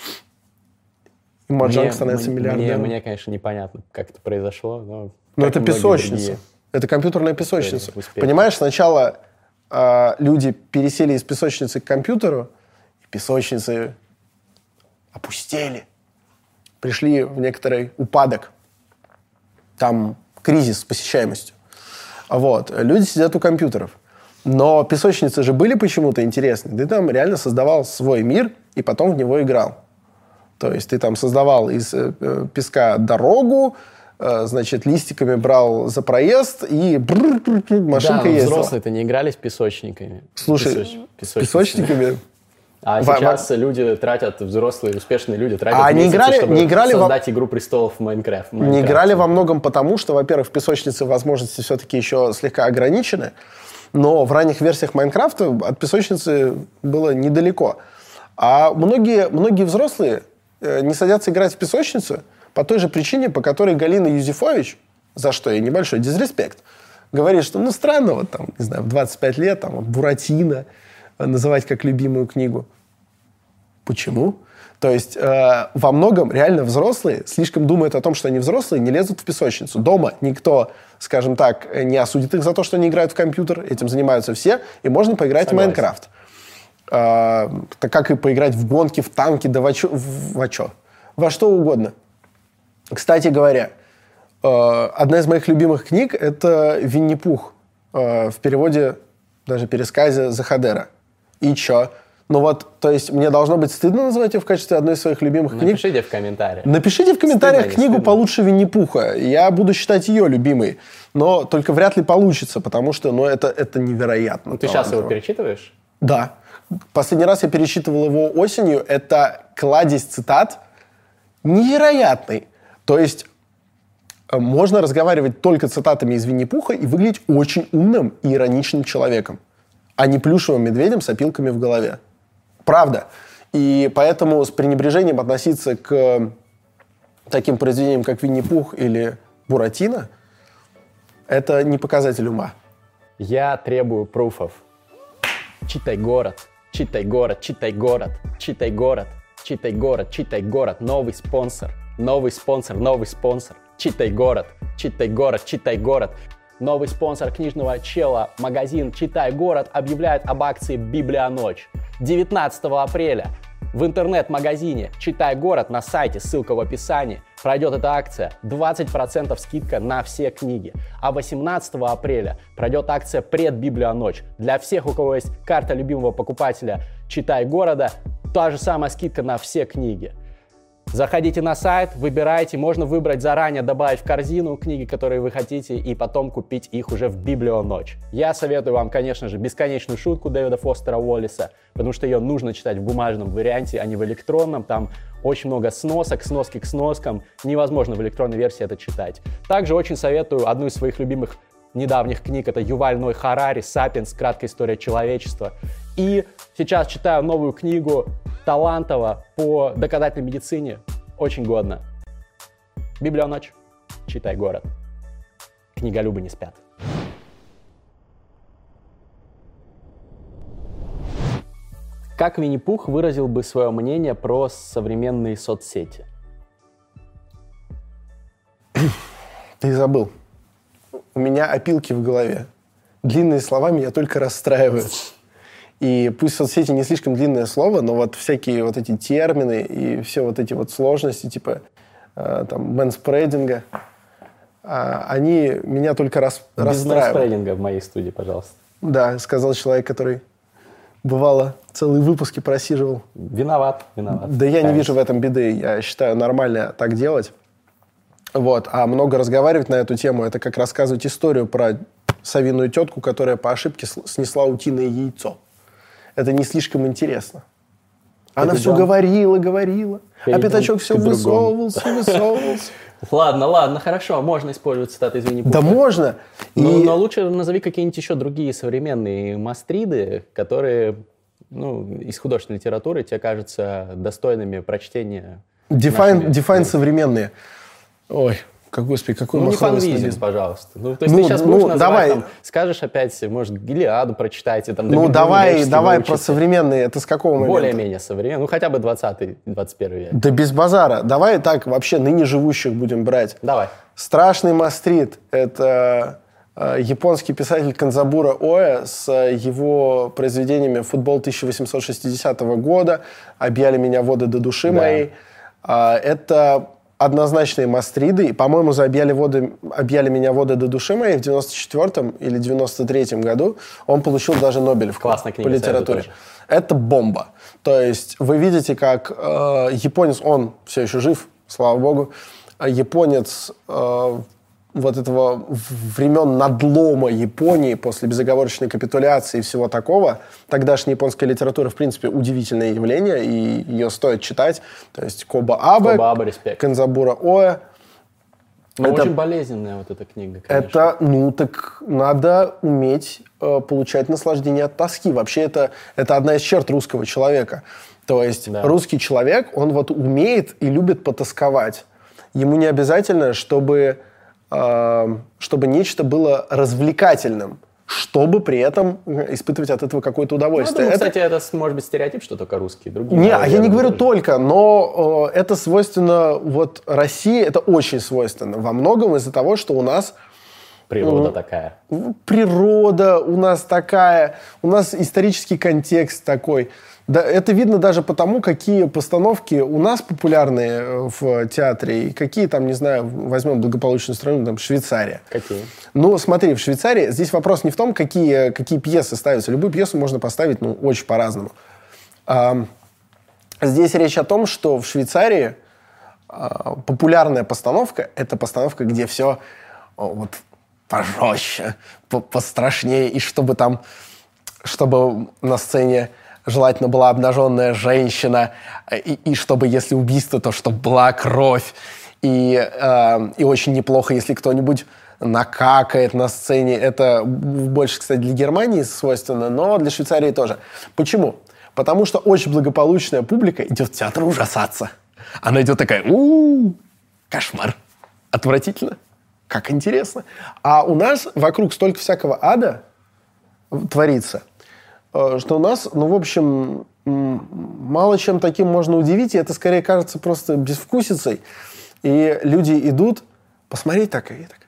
И Маджанг становится мне, миллиардером. Мне, мне, конечно, непонятно, как это произошло. Но, но это песочница. Это компьютерная песочница. Понимаешь, сначала э, люди пересели из песочницы к компьютеру, и песочницы опустели. Пришли в некоторый упадок. Там кризис с посещаемостью. Вот. Люди сидят у компьютеров. Но песочницы же были почему-то интересны. Ты там реально создавал свой мир и потом в него играл. То есть ты там создавал из э, песка дорогу, э, значит, листиками брал за проезд, и машинка да, ездила. Взрослые-то не играли с песочниками. Слушай, Песоч... песочниками... А во- сейчас во- люди тратят, взрослые, успешные люди тратят А месяцы, не играли- чтобы не играли во- создать игру престолов в Майнкрафт. в Не Майнкрафте. играли во многом потому, что, во-первых, в песочнице возможности все-таки еще слегка ограничены, но в ранних версиях Майнкрафта от песочницы было недалеко. А многие, многие взрослые э, не садятся играть в песочницу по той же причине, по которой Галина Юзефович, за что ей небольшой дизреспект, говорит, что ну странно, вот там, не знаю, в двадцать пять лет там, вот, Буратино э, называть как любимую книгу. Почему? То есть э, во многом реально взрослые слишком думают о том, что они взрослые, не лезут в песочницу. Дома никто, скажем так, не осудит их за то, что они играют в компьютер. Этим занимаются все, и можно поиграть Согласен. в Майнкрафт. Э, так как и поиграть в гонки, в танки, да во чё, в, во чё? Во что угодно. Кстати говоря, э, одна из моих любимых книг — это «Винни-Пух», э, в переводе, даже пересказе Захадера. И чё? Ну вот, то есть мне должно быть стыдно называть ее в качестве одной из своих любимых книг. Напишите в комментариях. Напишите в комментариях Стыдно, книгу стыдно. получше Винни-Пуха. Я буду считать ее любимой. Но только вряд ли получится, потому что ну, это, это невероятно. Ну, ты сейчас его талантливо. перечитываешь? Да. Последний раз я пересчитывал его осенью. Это кладезь цитат невероятный. То есть можно разговаривать только цитатами из Винни-Пуха и выглядеть очень умным и ироничным человеком, а не плюшевым медведем с опилками в голове. Правда. И поэтому с пренебрежением относиться к таким произведениям, как Винни-Пух или Буратино, это не показатель ума. Я требую пруфов. Читай город, читай город, читай город, читай город, читай город, читай город. Новый спонсор, новый спонсор, новый спонсор. Читай город, читай город, читай город. Новый спонсор книжного чела, магазин «Читай город» объявляет об акции «Библия ночь». девятнадцатого апреля в интернет-магазине «Читай город» на сайте, ссылка в описании, пройдет эта акция, двадцать процентов скидка на все книги. А восемнадцатого апреля пройдет акция «Пред-Библия ночь». Для всех, у кого есть карта любимого покупателя «Читай города», та же самая скидка на все книги. Заходите на сайт, выбирайте, можно выбрать заранее, добавить в корзину книги, которые вы хотите, и потом купить их уже в Библию ночь. Я советую вам, конечно же, «Бесконечную шутку» Дэвида Фостера Уоллиса, потому что ее нужно читать в бумажном варианте, а не в электронном. Там очень много сносок, сноски к сноскам. Невозможно в электронной версии это читать. Также очень советую одну из своих любимых недавних книг. Это Юваль Ной Харари «Сапиенс. Краткая история человечества». И сейчас читаю новую книгу Талантова по доказательной медицине. Очень годно. Библия ночь. Читай город. Книголюбы не спят. Как Винни-Пух выразил бы свое мнение про современные соцсети? Ты забыл. У меня опилки в голове. Длинные слова меня только расстраивают. И пусть соцсети не слишком длинное слово, но вот всякие вот эти термины и все вот эти вот сложности, типа э, там мэнспрейдинга, э, они меня только рас, Без расстраивают. Без мэнспрейдинга в моей студии, пожалуйста. Да, сказал человек, который бывало целые выпуски просиживал. Виноват, виноват. Да я не вижу в этом беды. Я считаю, нормально так делать. Вот. А много разговаривать на эту тему — это как рассказывать историю про совиную тетку, которая по ошибке снесла утиное яйцо. Это не слишком интересно. Она Перейдем. все говорила, говорила, Перейдем а пятачок все высовывался, высовывался. Ладно, ладно, хорошо, можно использовать цитаты из Винни-Пуха. Да можно. Но, И... но лучше назови какие-нибудь еще другие современные мастриды, которые, ну, из художественной литературы тебе кажутся достойными прочтения. Define, define современные. Ой, как, господи, какой Ну, не махровый Фанвизин, снобизм. пожалуйста. Ну, то есть Ну, ты сейчас ну, будешь называть, давай. там, скажешь опять, может, Гилиаду прочитайте. Там, Ну, до давай, Григория давай выучите. про современные. Это с какого момента? Более-менее современные. Ну, хотя бы двадцатый двадцать первый век. Да без базара. Давай так вообще ныне живущих будем брать. Давай. Страшный мастрид — это э, японский писатель Канзабура Оэ с э, его произведениями «Футбол тысяча восемьсот шестидесятого года», «Объяли меня воды до души Да. моей». Э, это однозначные мастриды. И, по-моему, за «Объяли, воды, «Объяли меня воды до души моей» в девяносто четвёртом или девяносто третьем году он получил даже Нобелевку Классная книга, по литературе. советую Это бомба. То есть вы видите, как э, японец, он все еще жив, слава богу, японец э, вот этого времен надлома Японии после безоговорочной капитуляции и всего такого. Тогдашняя японская литература, в принципе, удивительное явление, и ее стоит читать. То есть Коба Абе, Коба Абе, респект. Канзабура Оэ. Ну, Это- очень болезненная вот эта книга, конечно. Это, ну, так надо уметь э, получать наслаждение от тоски. Вообще, это, это одна из черт русского человека. То есть Да. русский человек, он вот умеет и любит потасковать. Ему не обязательно, чтобы, э, чтобы нечто было развлекательным, чтобы при этом испытывать от этого какое-то Ну, я удовольствие. думаю, Это- кстати, это может быть стереотип, что только русские. Другие Не, а народы, я не думаю, говорю тоже. только, но э, это свойственно вот России, это очень свойственно во многом из-за того, что у нас Природа такая. природа у нас такая, у нас исторический контекст такой. Да, это видно даже потому, какие постановки у нас популярные в театре, и какие там, не знаю, возьмем благополучную страну, там, Швейцария. Какие? Ну, смотри, в Швейцарии здесь вопрос не в том, какие, какие пьесы ставятся. Любую пьесу можно поставить, ну, очень по-разному. А, здесь речь о том, что в Швейцарии а, популярная постановка — это постановка, где все вот пожестче, по- пострашнее, и чтобы там, чтобы на сцене желательно была обнаженная женщина, и, и чтобы, если убийство, то чтобы была кровь. И, э, и очень неплохо, если кто-нибудь накакает на сцене. Это больше, кстати, для Германии свойственно, но для Швейцарии тоже. Почему? Потому что очень благополучная публика идет в театр ужасаться. Она идет такая: у-у-у, кошмар, отвратительно, как интересно. А у нас вокруг столько всякого ада творится, что у нас, ну, в общем, мало чем таким можно удивить, и это скорее кажется просто безвкусицей. И люди идут посмотреть так и так.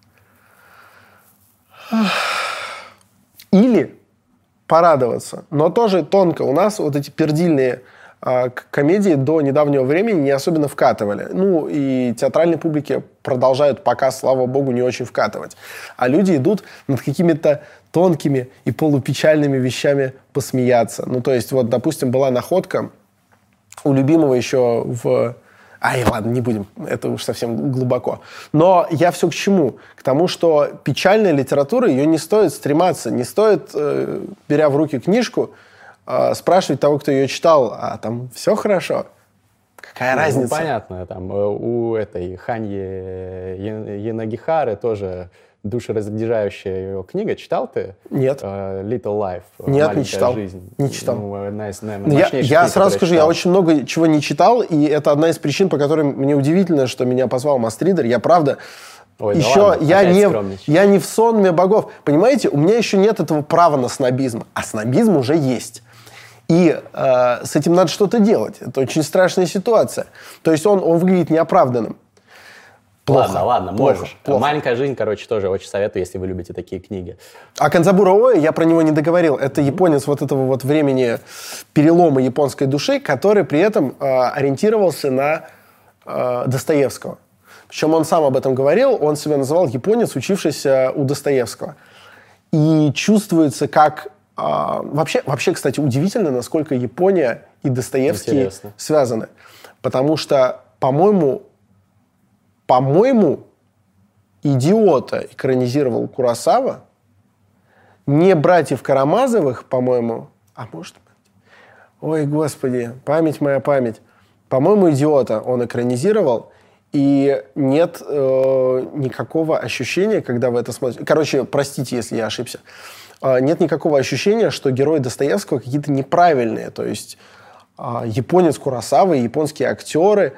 Или порадоваться. Но тоже тонко. У нас вот эти пердильные э, комедии до недавнего времени не особенно вкатывали. Ну, и театральной публике продолжают пока, слава богу, не очень вкатывать. А люди идут над какими-то тонкими и полупечальными вещами посмеяться. Ну, то есть, вот, допустим, была находка у любимого еще в... Ай, ладно, не будем, это уж совсем глубоко. Но я все к чему? К тому, что печальная литература, ее не стоит стрематься, не стоит, э, беря в руки книжку, э, спрашивать того, кто ее читал, а там все хорошо. Какая ну, разница? Ну, понятно, там у этой Ханьи Янагихары тоже душераздирающая ее книга. Читал ты? Нет. Uh, Little Life. Нет, не читал. Жизнь. Не читал. Ну, одна из, наверное, я я книг, сразу скажу, читал. я очень много чего не читал, и это одна из причин, по которой мне удивительно, что меня позвал Мастридер. Я, правда, Ой, еще да ладно, я, не, я не в сонме богов. Понимаете, у меня еще нет этого права на снобизм, а снобизм уже есть. И э, с этим надо что-то делать. Это очень страшная ситуация. То есть он, он выглядит неоправданным. Плохо. Ладно, ладно, плохо, можешь. плохо. «Маленькая жизнь», короче, тоже очень советую, если вы любите такие книги. А Канзабура Оэ, я про него не договорил. Это японец вот этого вот времени перелома японской души, который при этом э, ориентировался на э, Достоевского. Причем он сам об этом говорил, он себя называл японец, учившийся у Достоевского. И чувствуется, как... Э, вообще, вообще, кстати, удивительно, насколько Япония и Достоевский Интересно. связаны. Потому что, по-моему, по-моему, «Идиота» экранизировал Куросава, не «Братьев Карамазовых», по-моему, а может быть, ой, господи, память моя память, по-моему, «Идиота» он экранизировал, и нет э, никакого ощущения, когда вы это смотрите, короче, простите, если я ошибся, э, нет никакого ощущения, что герои Достоевского какие-то неправильные, то есть э, японец Куросава и японские актеры,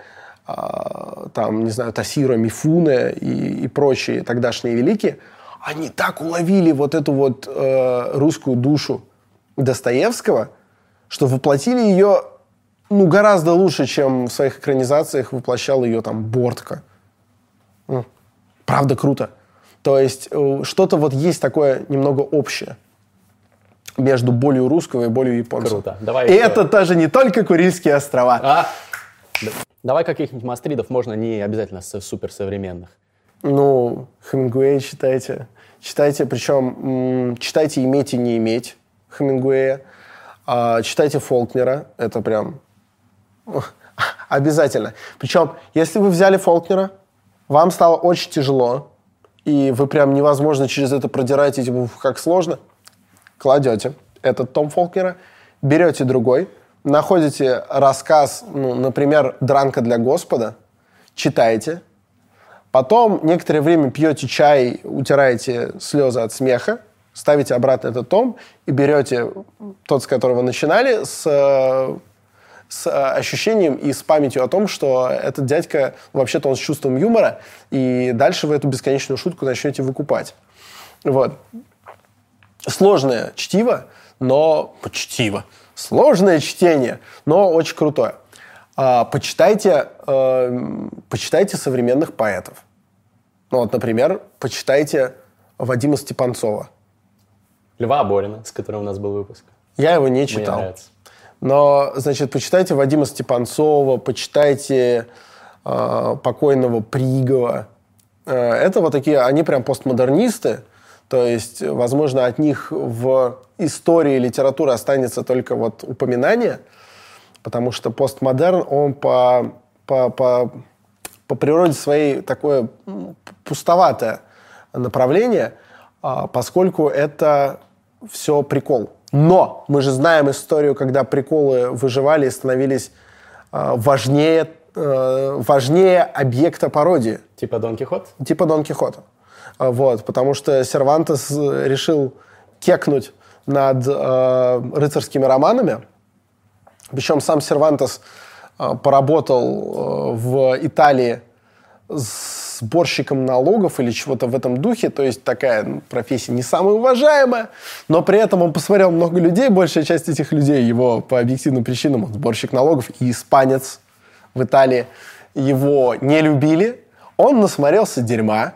там, не знаю, Тасиро Мифуне и, и прочие тогдашние великие, они так уловили вот эту вот э, русскую душу Достоевского, что воплотили ее, ну, гораздо лучше, чем в своих экранизациях воплощал ее там Бортко. Ну, правда, круто. То есть э, что-то вот есть такое немного общее между болью русского и болью японского. Круто. Давай и еще. Это даже не только Курильские острова. А? Давай каких-нибудь мастридов, можно не обязательно суперсовременных. Ну, Хемингуэя читайте. Читайте, причем м- читайте «Иметь и не иметь» Хемингуэя. А, читайте Фолкнера. Это прям обязательно. Причем, если вы взяли Фолкнера, вам стало очень тяжело, и вы прям невозможно через это продираетесь, типа, как сложно, кладете этот том Фолкнера, берете другой, находите рассказ, ну, например, «Дранка для Господа», читаете, потом некоторое время пьете чай, утираете слезы от смеха, ставите обратно этот том и берете тот, с которого начинали, с, с ощущением и с памятью о том, что этот дядька, вообще-то он с чувством юмора, и дальше вы эту бесконечную шутку начнете выкупать. Вот. Сложное чтиво, но... Чтиво. Сложное чтение, но очень крутое. А, почитайте, э, почитайте современных поэтов. Ну, вот, например, почитайте Вадима Степанцова. Льва Аборина, с которым у нас был выпуск. Я его не читал. Мне нравится. Но, значит, почитайте Вадима Степанцова, почитайте э, покойного Пригова. Э, это вот такие, они прям постмодернисты. То есть, возможно, от них в истории литературы останется только вот упоминание, потому что постмодерн, он по, по, по, по природе своей такое пустоватое направление, поскольку это все прикол. Но мы же знаем историю, когда приколы выживали и становились э, важнее, э, важнее объекта пародии. Типа Дон Кихот? Типа Дон Кихота. Вот, потому что Сервантес решил кекнуть над э, рыцарскими романами. Причем сам Сервантес э, поработал э, в Италии сборщиком налогов или чего-то в этом духе. То есть такая профессия не самая уважаемая. Но при этом он посмотрел много людей. Большая часть этих людей его по объективным причинам, он сборщик налогов и испанец в Италии, его не любили. Он насмотрелся дерьма.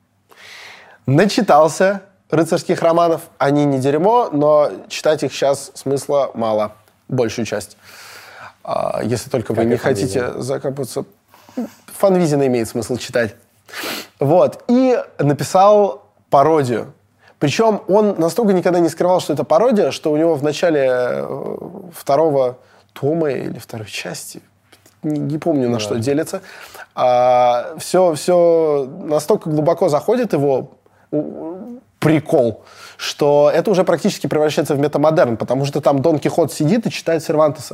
Начитался рыцарских романов. Они не дерьмо, но читать их сейчас смысла мало. Большую часть. А, если только вы как не хотите закапываться. Фанвизина имеет смысл читать. Вот. И написал пародию. Причем он настолько никогда не скрывал, что это пародия, что у него в начале второго тома или второй части, не, не помню, на да. что делится, а, все, все настолько глубоко заходит его прикол, что это уже практически превращается в метамодерн, потому что там Дон Кихот сидит и читает Сервантеса.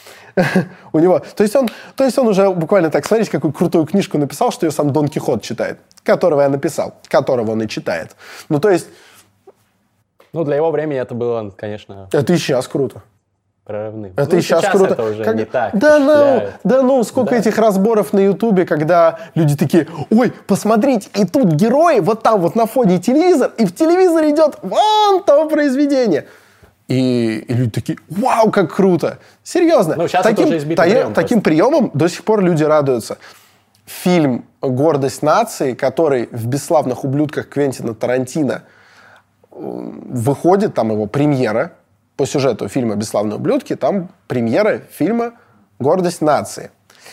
У него, то есть он, то есть он уже буквально так, смотрите, какую крутую книжку написал, что ее сам Дон Кихот читает, которого я написал, которого он и читает. Ну, то есть... Ну, для его времени это было, конечно... Это и сейчас круто. Прорывным. Это ну, и сейчас, сейчас круто. Это уже как... не так. Да ну, да ну, сколько да. этих разборов на Ютубе, когда люди такие, ой, посмотрите, и тут герой, вот там вот на фоне телевизор, и в телевизоре идет вон то произведение. И, и люди такие, вау, как круто. Серьезно. Ну, сейчас таким, это уже избитый прием. Таким приемом до сих пор люди радуются. Фильм «Гордость нации», который в «Бесславных ублюдках» Квентина Тарантино выходит, там его премьера, по сюжету фильма «Бесславные ублюдки», там премьера фильма «Гордость нации».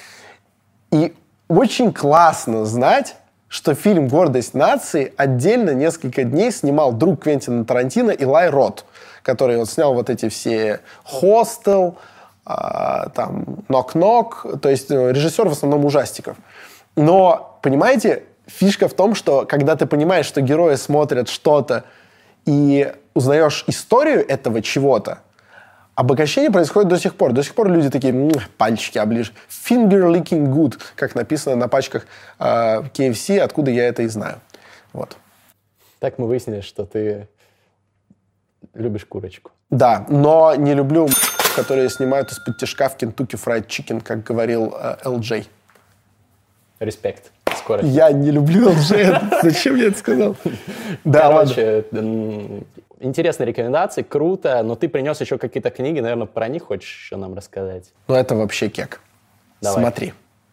И очень классно знать, что фильм «Гордость нации» отдельно несколько дней снимал друг Квентина Тарантино Элай Рот, который вот снял вот эти все «Хостел», а, там «Нок-Нок», то есть режиссер в основном ужастиков. Но, понимаете, фишка в том, что когда ты понимаешь, что герои смотрят что-то и узнаешь историю этого чего-то, обогащение происходит до сих пор. До сих пор люди такие, пальчики оближь. Finger licking good, как написано на пачках э, кей эф си, откуда я это и знаю. Вот. Так мы выяснили, что ты любишь курочку. Да, но не люблю, которые снимают из-под тяжка в Kentucky Fried Chicken, как говорил э, эл джей. Респект. Скорость. Я не люблю эл джей. Зачем я это сказал? Да, короче, интересные рекомендации, круто, но ты принес еще какие-то книги, наверное, про них хочешь еще нам рассказать? Ну, это вообще кек. Давай. Смотри.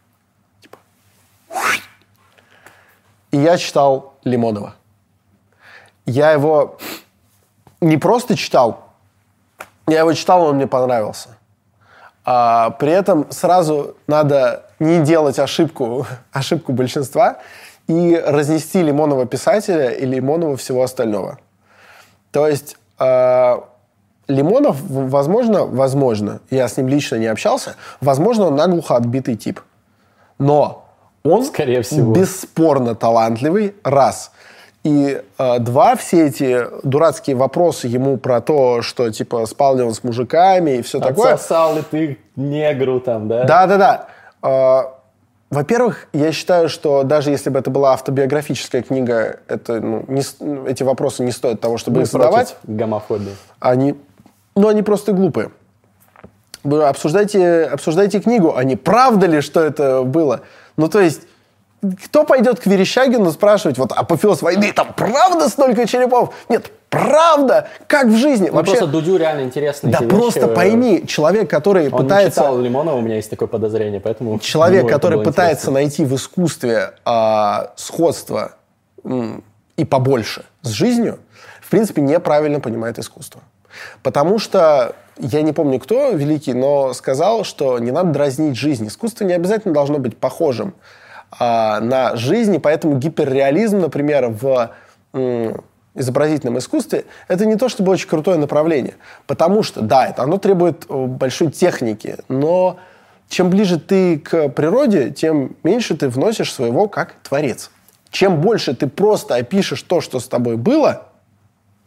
И я читал Лимонова. Я его не просто читал, я его читал, он мне понравился. А, при этом сразу надо не делать ошибку, ошибку большинства и разнести Лимонова писателя и Лимонова всего остального. То есть э, Лимонов, возможно, возможно, я с ним лично не общался, возможно, он наглухо отбитый тип. Но он скорее всего бесспорно талантливый, раз. И э, два, все эти дурацкие вопросы ему про то, что, типа, спал ли он с мужиками и все такое. Отсосал ли ты негру там, да? Да-да-да. Э, во-первых, я считаю, что даже если бы это была автобиографическая книга, это, ну, не, эти вопросы не стоят того, чтобы Мы их задавать. Гомофобии. Они, ну, они просто глупые. Вы обсуждайте, обсуждайте книгу, а не правда ли, что это было. Ну, то есть, кто пойдет к Верещагину спрашивать, вот, апофеоз войны, там правда столько черепов? Нет, правда, как в жизни. Ну, вообще, просто Дудю реально интересно. Да просто вещи. Пойми, человек, который он пытается... Он не читал Лимонова, у меня есть такое подозрение, поэтому... Человек, который пытается интересно. найти в искусстве а, сходство м, и побольше с жизнью, в принципе, неправильно понимает искусство. Потому что, я не помню, кто великий, но сказал, что не надо дразнить жизнь. Искусство не обязательно должно быть похожим а, на жизнь, и поэтому гиперреализм, например, в... М, изобразительном искусстве, это не то чтобы очень крутое направление. Потому что, да, это, оно требует большой техники, но чем ближе ты к природе, тем меньше ты вносишь своего как творец. Чем больше ты просто опишешь то, что с тобой было,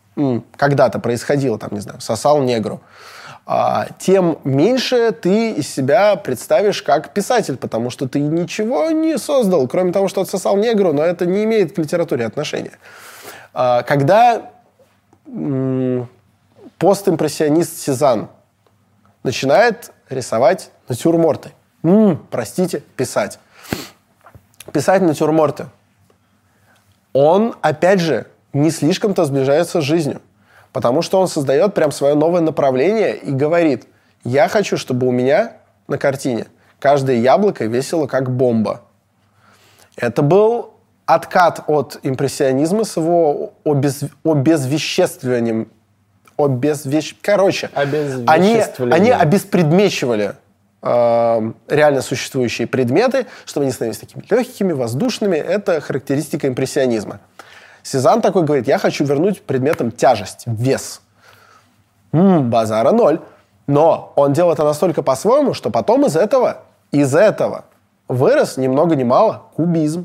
м, когда-то происходило, там, не знаю, сосал негру, а, тем меньше ты из себя представишь как писатель, потому что ты ничего не создал, кроме того, что отсосал негру, но это не имеет к литературе отношения. А, когда м, постимпрессионист Сезанн начинает рисовать натюрморты, м, простите, писать, писать натюрморты, он, опять же, не слишком-то сближается с жизнью. Потому что он создает прям свое новое направление и говорит, я хочу, чтобы у меня на картине каждое яблоко весило как бомба. Это был откат от импрессионизма с его обез... обезвеществованием. Обезвещ... Короче, они, они обеспредмечивали э, реально существующие предметы, чтобы они становились такими легкими, воздушными. Это характеристика импрессионизма. Сезанн такой говорит, я хочу вернуть предметам тяжесть, вес. М-м, базара ноль. Но он делал это настолько по-своему, что потом из этого, из этого вырос ни много ни мало кубизм.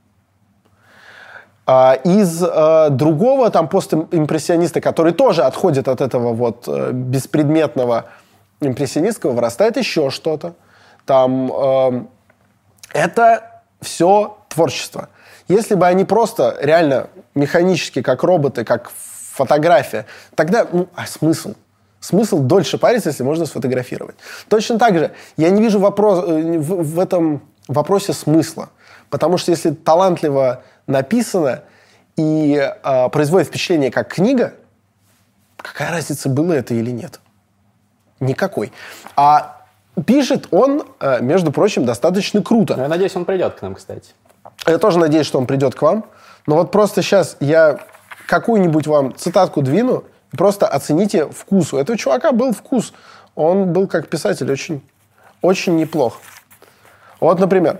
А, из а, другого там постимпрессиониста, который тоже отходит от этого вот а, беспредметного импрессионистского, вырастает еще что-то. Там а, это все творчество. Если бы они просто реально механически, как роботы, как фотография, тогда, ну, а смысл? Смысл дольше париться, если можно сфотографировать. Точно так же я не вижу вопрос, в, в этом вопросе смысла. Потому что если талантливо написано и э, производит впечатление как книга, какая разница, было это или нет? Никакой. А пишет он, э, между прочим, достаточно круто. Я надеюсь, он придет к нам, кстати. Я тоже надеюсь, что он придет к вам. Но вот просто сейчас я какую-нибудь вам цитатку двину, и просто оцените вкус. У этого чувака был вкус. Он был как писатель очень, очень неплох. Вот, например,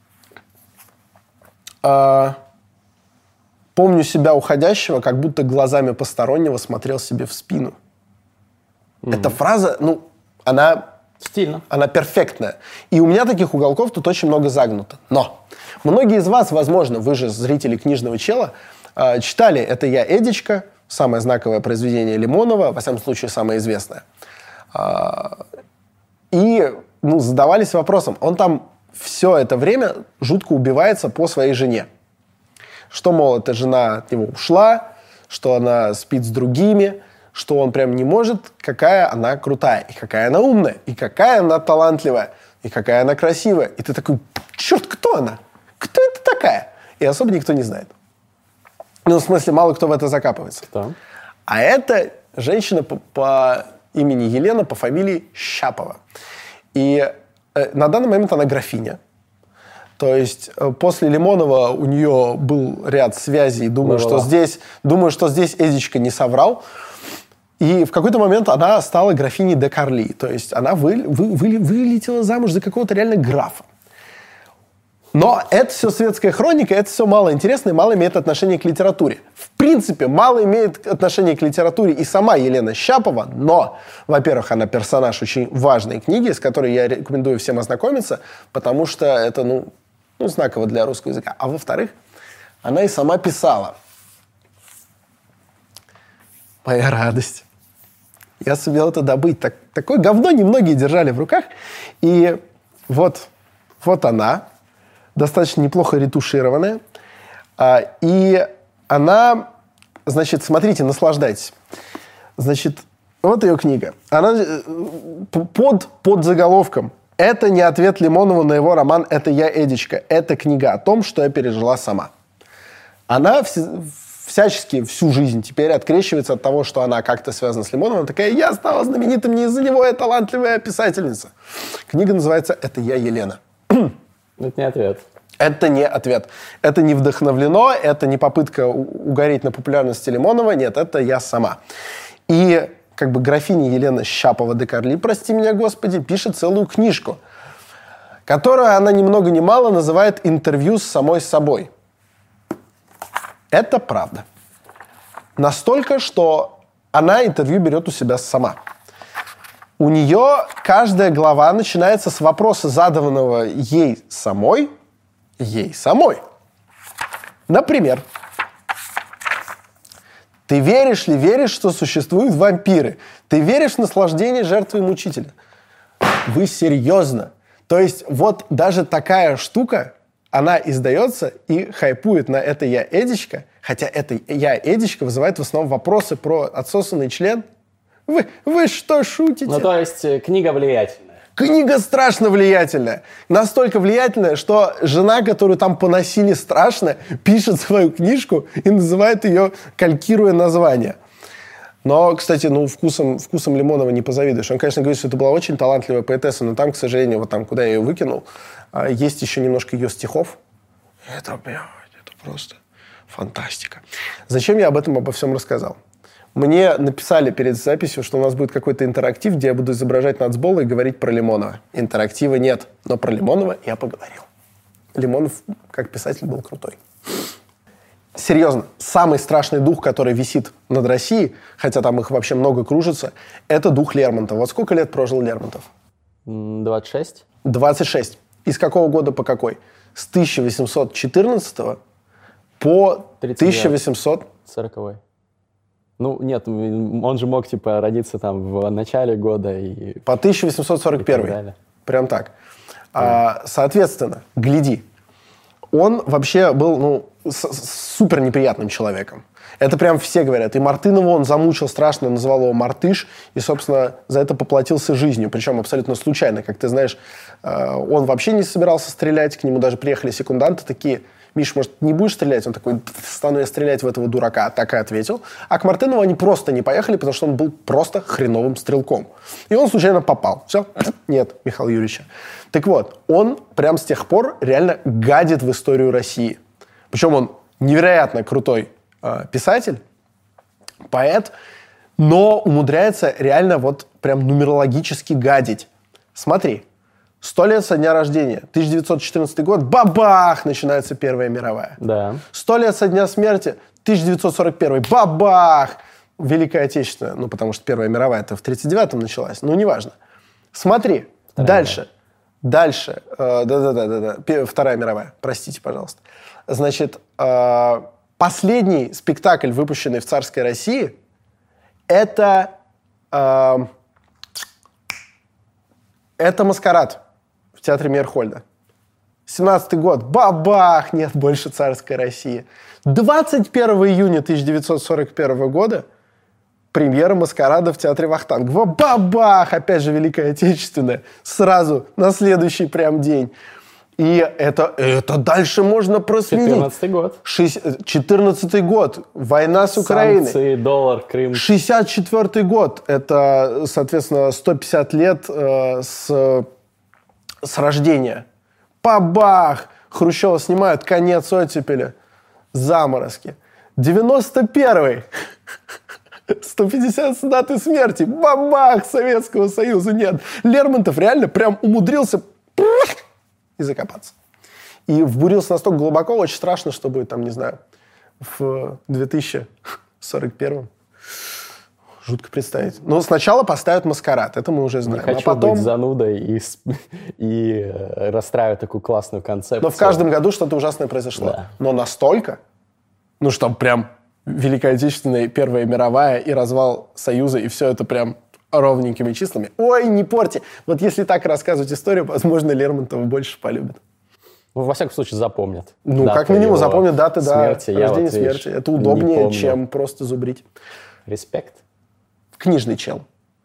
э, помню себя уходящего, как будто глазами постороннего смотрел себе в спину. Mm-hmm. Эта фраза, ну, она... Стильно. Она перфектная. И у меня таких уголков тут очень много загнуто. Но многие из вас, возможно, вы же зрители «Книжного чела», э, читали «Это я, Эдичка», самое знаковое произведение Лимонова, во всяком случае, самое известное. Э, и ну, задавались вопросом. Он там все это время жутко убивается по своей жене. Что, мол, эта жена от него ушла, что она спит с другими, что он прям не может, какая она крутая, и какая она умная, и какая она талантливая, и какая она красивая. И ты такой, черт, кто она? Кто это такая? И особо никто не знает. Ну, в смысле, мало кто в это закапывается. Кто? А это женщина по, по имени Елена, по фамилии Щапова. И э, на данный момент она графиня. То есть э, после Лимонова у нее был ряд связей. Думаю, что здесь, думаю, что здесь Эдичка не соврал. И в какой-то момент она стала графиней де Карли. То есть она вы, вы, вы, вылетела замуж за какого-то реально графа. Но это все светская хроника, это все мало интересно и мало имеет отношение к литературе. В принципе, мало имеет отношение к литературе и сама Елена Щапова, но, во-первых, она персонаж очень важной книги, с которой я рекомендую всем ознакомиться, потому что это, ну, ну знаково для русского языка. А во-вторых, она и сама писала. Моя радость. Я сумел это добыть. Так, такое говно немногие держали в руках. И вот, вот она, достаточно неплохо ретушированная. А, и она, значит, смотрите, наслаждайтесь. Значит, вот ее книга. Она под, под заголовком «Это не ответ Лимонова на его роман «Это я, Эдичка». Это книга о том, что я пережила сама». Она всячески всю жизнь теперь открещивается от того, что она как-то связана с Лимоновым. Она такая, я стала знаменитым не из-за него, я талантливая писательница. Книга называется «Это я, Елена». Это не ответ. Это не ответ. Это не вдохновлено, это не попытка угореть на популярности Лимонова. Нет, это я сама. И как бы графиня Елена Щапова де Карли, прости меня, Господи, пишет целую книжку, которую она ни много ни мало называет «Интервью с самой собой». Это правда. Настолько, что она интервью берет у себя сама. У нее каждая глава начинается с вопроса, заданного ей самой, ей самой. Например, Ты веришь ли, веришь, что существуют вампиры? Ты веришь в наслаждение жертвы и мучителя? Вы серьезно? То есть вот даже такая штука, она издается и хайпует на «это я, Эдичка», хотя «это я, Эдичка» вызывает в основном вопросы про отсосанный член. Вы, вы что, шутите? Ну, то есть книга влиятельная. Книга страшно влиятельная. Настолько влиятельная, что жена, которую там поносили страшно, пишет свою книжку и называет ее, калькируя название. Но, кстати, ну, вкусом, вкусом Лимонова не позавидуешь. Он, конечно, говорит, что это была очень талантливая поэтесса, но там, к сожалению, вот там, куда я ее выкинул, есть еще немножко ее стихов. Это, блядь, это просто фантастика. Зачем я об этом обо всем рассказал? Мне написали перед записью, что у нас будет какой-то интерактив, где я буду изображать нацбола и говорить про Лимонова. Интерактива нет, но про Лимонова я поговорил. Лимонов, как писатель, был крутой. Серьезно, самый страшный дух, который висит над Россией, хотя там их вообще много кружится, это дух Лермонтова. Вот сколько лет прожил Лермонтов? двадцать шесть. двадцать шесть. Из какого года по какой? С тысяча восемьсот четырнадцатого по тысяча восемьсот сороковой. Ну, нет, он же мог, типа, родиться там в начале года и... По тысяча восемьсот сорок первый. Прям так. А, соответственно, гляди. Он вообще был, ну, с- с- супер неприятным человеком. Это прям все говорят. И Мартынова он замучил страшно, называл его Мартыш, и, собственно, за это поплатился жизнью. Причем абсолютно случайно. Как ты знаешь, он вообще не собирался стрелять. К нему даже приехали секунданты такие: «Миш, может, не будешь стрелять?» Он такой: «Стану я стрелять в этого дурака». Так и ответил. А к Мартынову они просто не поехали, потому что он был просто хреновым стрелком. И он случайно попал. Все? Нет, Михаила Юрьевича. Так вот, он прям с тех пор реально гадит в историю России. Причем он невероятно крутой э, писатель, поэт, но умудряется реально вот прям нумерологически гадить. Смотри. Сто лет со дня рождения, тысяча девятьсот четырнадцатый год, бабах, начинается Первая мировая. Да. Сто лет со дня смерти, тысяча девятьсот сорок первый, бабах, Великая Отечественная. Ну, потому что Первая мировая это в тридцать девятом началась, ну, неважно. Смотри, Вторая дальше, мировая. дальше, э, да-да-да, Вторая мировая, простите, пожалуйста. Значит, э, последний спектакль, выпущенный в царской России, это, э, это «Маскарад» в театре Мейерхольда. семнадцатый год. Бабах! Нет больше царской России. двадцать первого июня тысяча девятьсот сорок первого года премьера «Маскарада» в театре Вахтангова. Бабах! Опять же Великая Отечественная. Сразу на следующий прям день. И это, это дальше можно просменить. четырнадцатый год. четырнадцатый год. Война с Украиной. Санкции, доллар, Крым. шестьдесят четвёртый год. Это, соответственно, сто пятьдесят лет э, с, с рождения. Бабах! Хрущева снимают, конец оттепели. Заморозки. девяносто первый. сто пятьдесят с даты смерти. Бабах! Советского Союза нет. Лермонтов реально прям умудрился и закопаться. И вбурился настолько глубоко, очень страшно, что будет там, не знаю, в две тысячи сорок первом. Жутко представить. Но сначала поставят «Маскарад», это мы уже знаем. Не хочу а потом... быть занудой и, и расстраивать такую классную концепцию. Но в каждом году что-то ужасное произошло. Да. Но настолько, ну, что прям Великая Отечественная, Первая мировая и развал Союза, и все это прям ровненькими числами. Ой, не порти. Вот если так рассказывать историю, возможно, Лермонтова больше полюбят. Ну, во всяком случае, запомнят. Ну, даты как минимум, запомнят даты, смерти, да, рождения, вот, смерти. Это удобнее, чем просто зубрить. Респект. Книжный чел.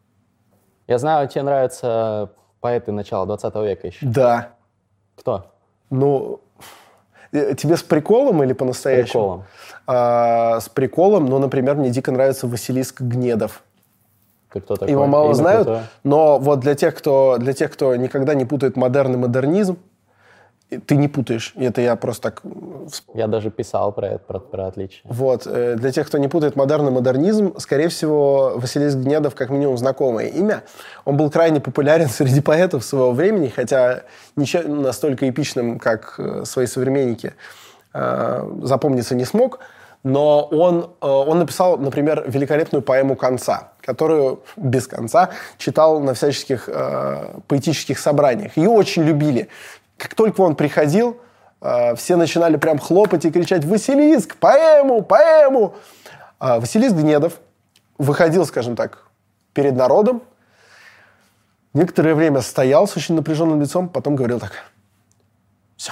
Я знаю, тебе нравятся поэты начала двадцатого века еще. Да. Кто? Ну, тебе с приколом или по-настоящему? С приколом. А, с приколом, ну, например, мне дико нравится Василиск Гнедов. Ты кто такой? Его мало Имя знают, крутое. но вот для тех, кто, для тех, кто никогда не путает модерн и модернизм, ты не путаешь. Это я просто так... Я даже писал про это, про, про отличие. Вот. Для тех, кто не путает модерн и модернизм, скорее всего, Василиск Гнедов как минимум знакомое имя. Он был крайне популярен среди поэтов своего времени, хотя ничем настолько эпичным, как свои современники, запомниться не смог. Но он, он написал, например, великолепную поэму «Конца», которую без конца читал на всяческих э, поэтических собраниях. Ее очень любили. Как только он приходил, э, все начинали прям хлопать и кричать: «Василиск! Поэму! Поэму!» Василис Гнедов выходил, скажем так, перед народом, некоторое время стоял с очень напряженным лицом, потом говорил так: все.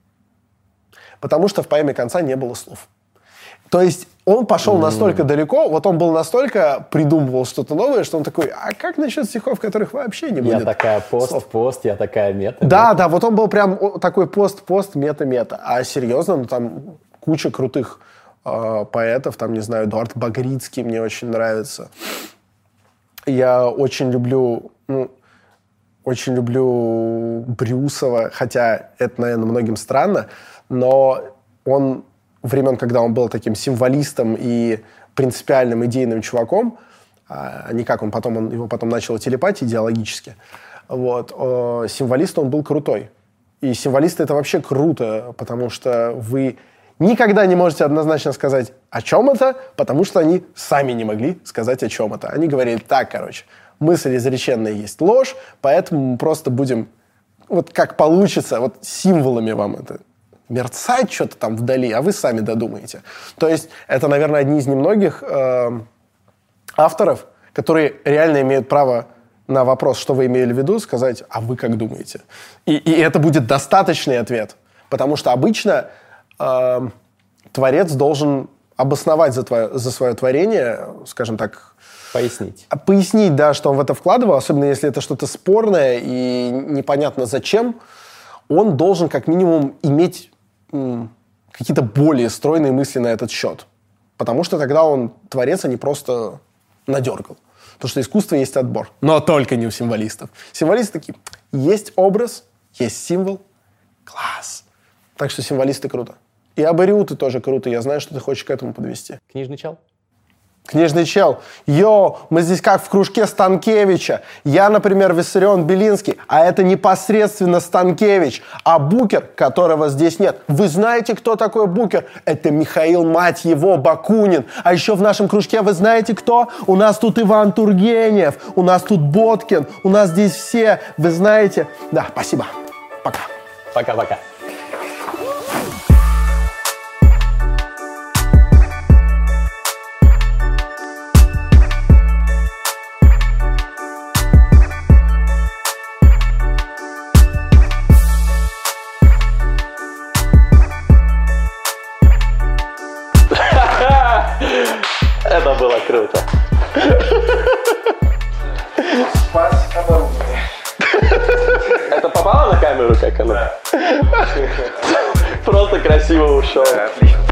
Потому что в поэме конца не было слов. То есть он пошел mm. настолько далеко, вот он был настолько, придумывал что-то новое, что он такой: а как насчет стихов, в которых вообще не будет Я такая пост-пост, я такая мета. Да, да, вот он был прям такой пост-пост, мета-мета. А серьезно, ну там куча крутых э, поэтов, там, не знаю, Эдуард Багрицкий мне очень нравится. Я очень люблю, ну, очень люблю Брюсова, хотя это, наверное, многим странно, но он времен, когда он был таким символистом и принципиальным идейным чуваком, а не как он потом, он его потом начал телепать идеологически, вот, символист он был крутой. И символисты — это вообще круто, потому что вы никогда не можете однозначно сказать, о чем это, потому что они сами не могли сказать, о чем это. Они говорили: так, короче, мысль изреченная есть ложь, поэтому мы просто будем, вот как получится, вот символами вам это мерцать что-то там вдали, а вы сами додумаете. То есть это, наверное, одни из немногих э, авторов, которые реально имеют право на вопрос, что вы имели в виду, сказать: а вы как думаете? И, и это будет достаточный ответ. Потому что обычно э, творец должен обосновать за, твое, за свое творение, скажем так... Пояснить. Пояснить, да, что он в это вкладывал, особенно если это что-то спорное и непонятно зачем. Он должен как минимум иметь м, какие-то более стройные мысли на этот счет. Потому что тогда он, творец, а не просто надергал. Потому что искусство есть отбор. Но только не у символистов. Символисты такие: есть образ, есть символ. Класс. Так что символисты круто. И абориуты тоже круто. Я знаю, что ты хочешь к этому подвести. Книжный чел? Книжный чел. Йоу, мы здесь как в кружке Станкевича. Я, например, Виссарион Белинский, а это непосредственно Станкевич. А Букер, которого здесь нет. Вы знаете, кто такой Букер? Это Михаил, мать его, Бакунин. А еще в нашем кружке вы знаете кто? У нас тут Иван Тургенев, у нас тут Боткин, у нас здесь все. Вы знаете? Да, спасибо. Пока. Пока-пока. Это было круто. Спас оборудование. Это попало на камеру, как оно? Да. Просто красиво ушел. Отлично.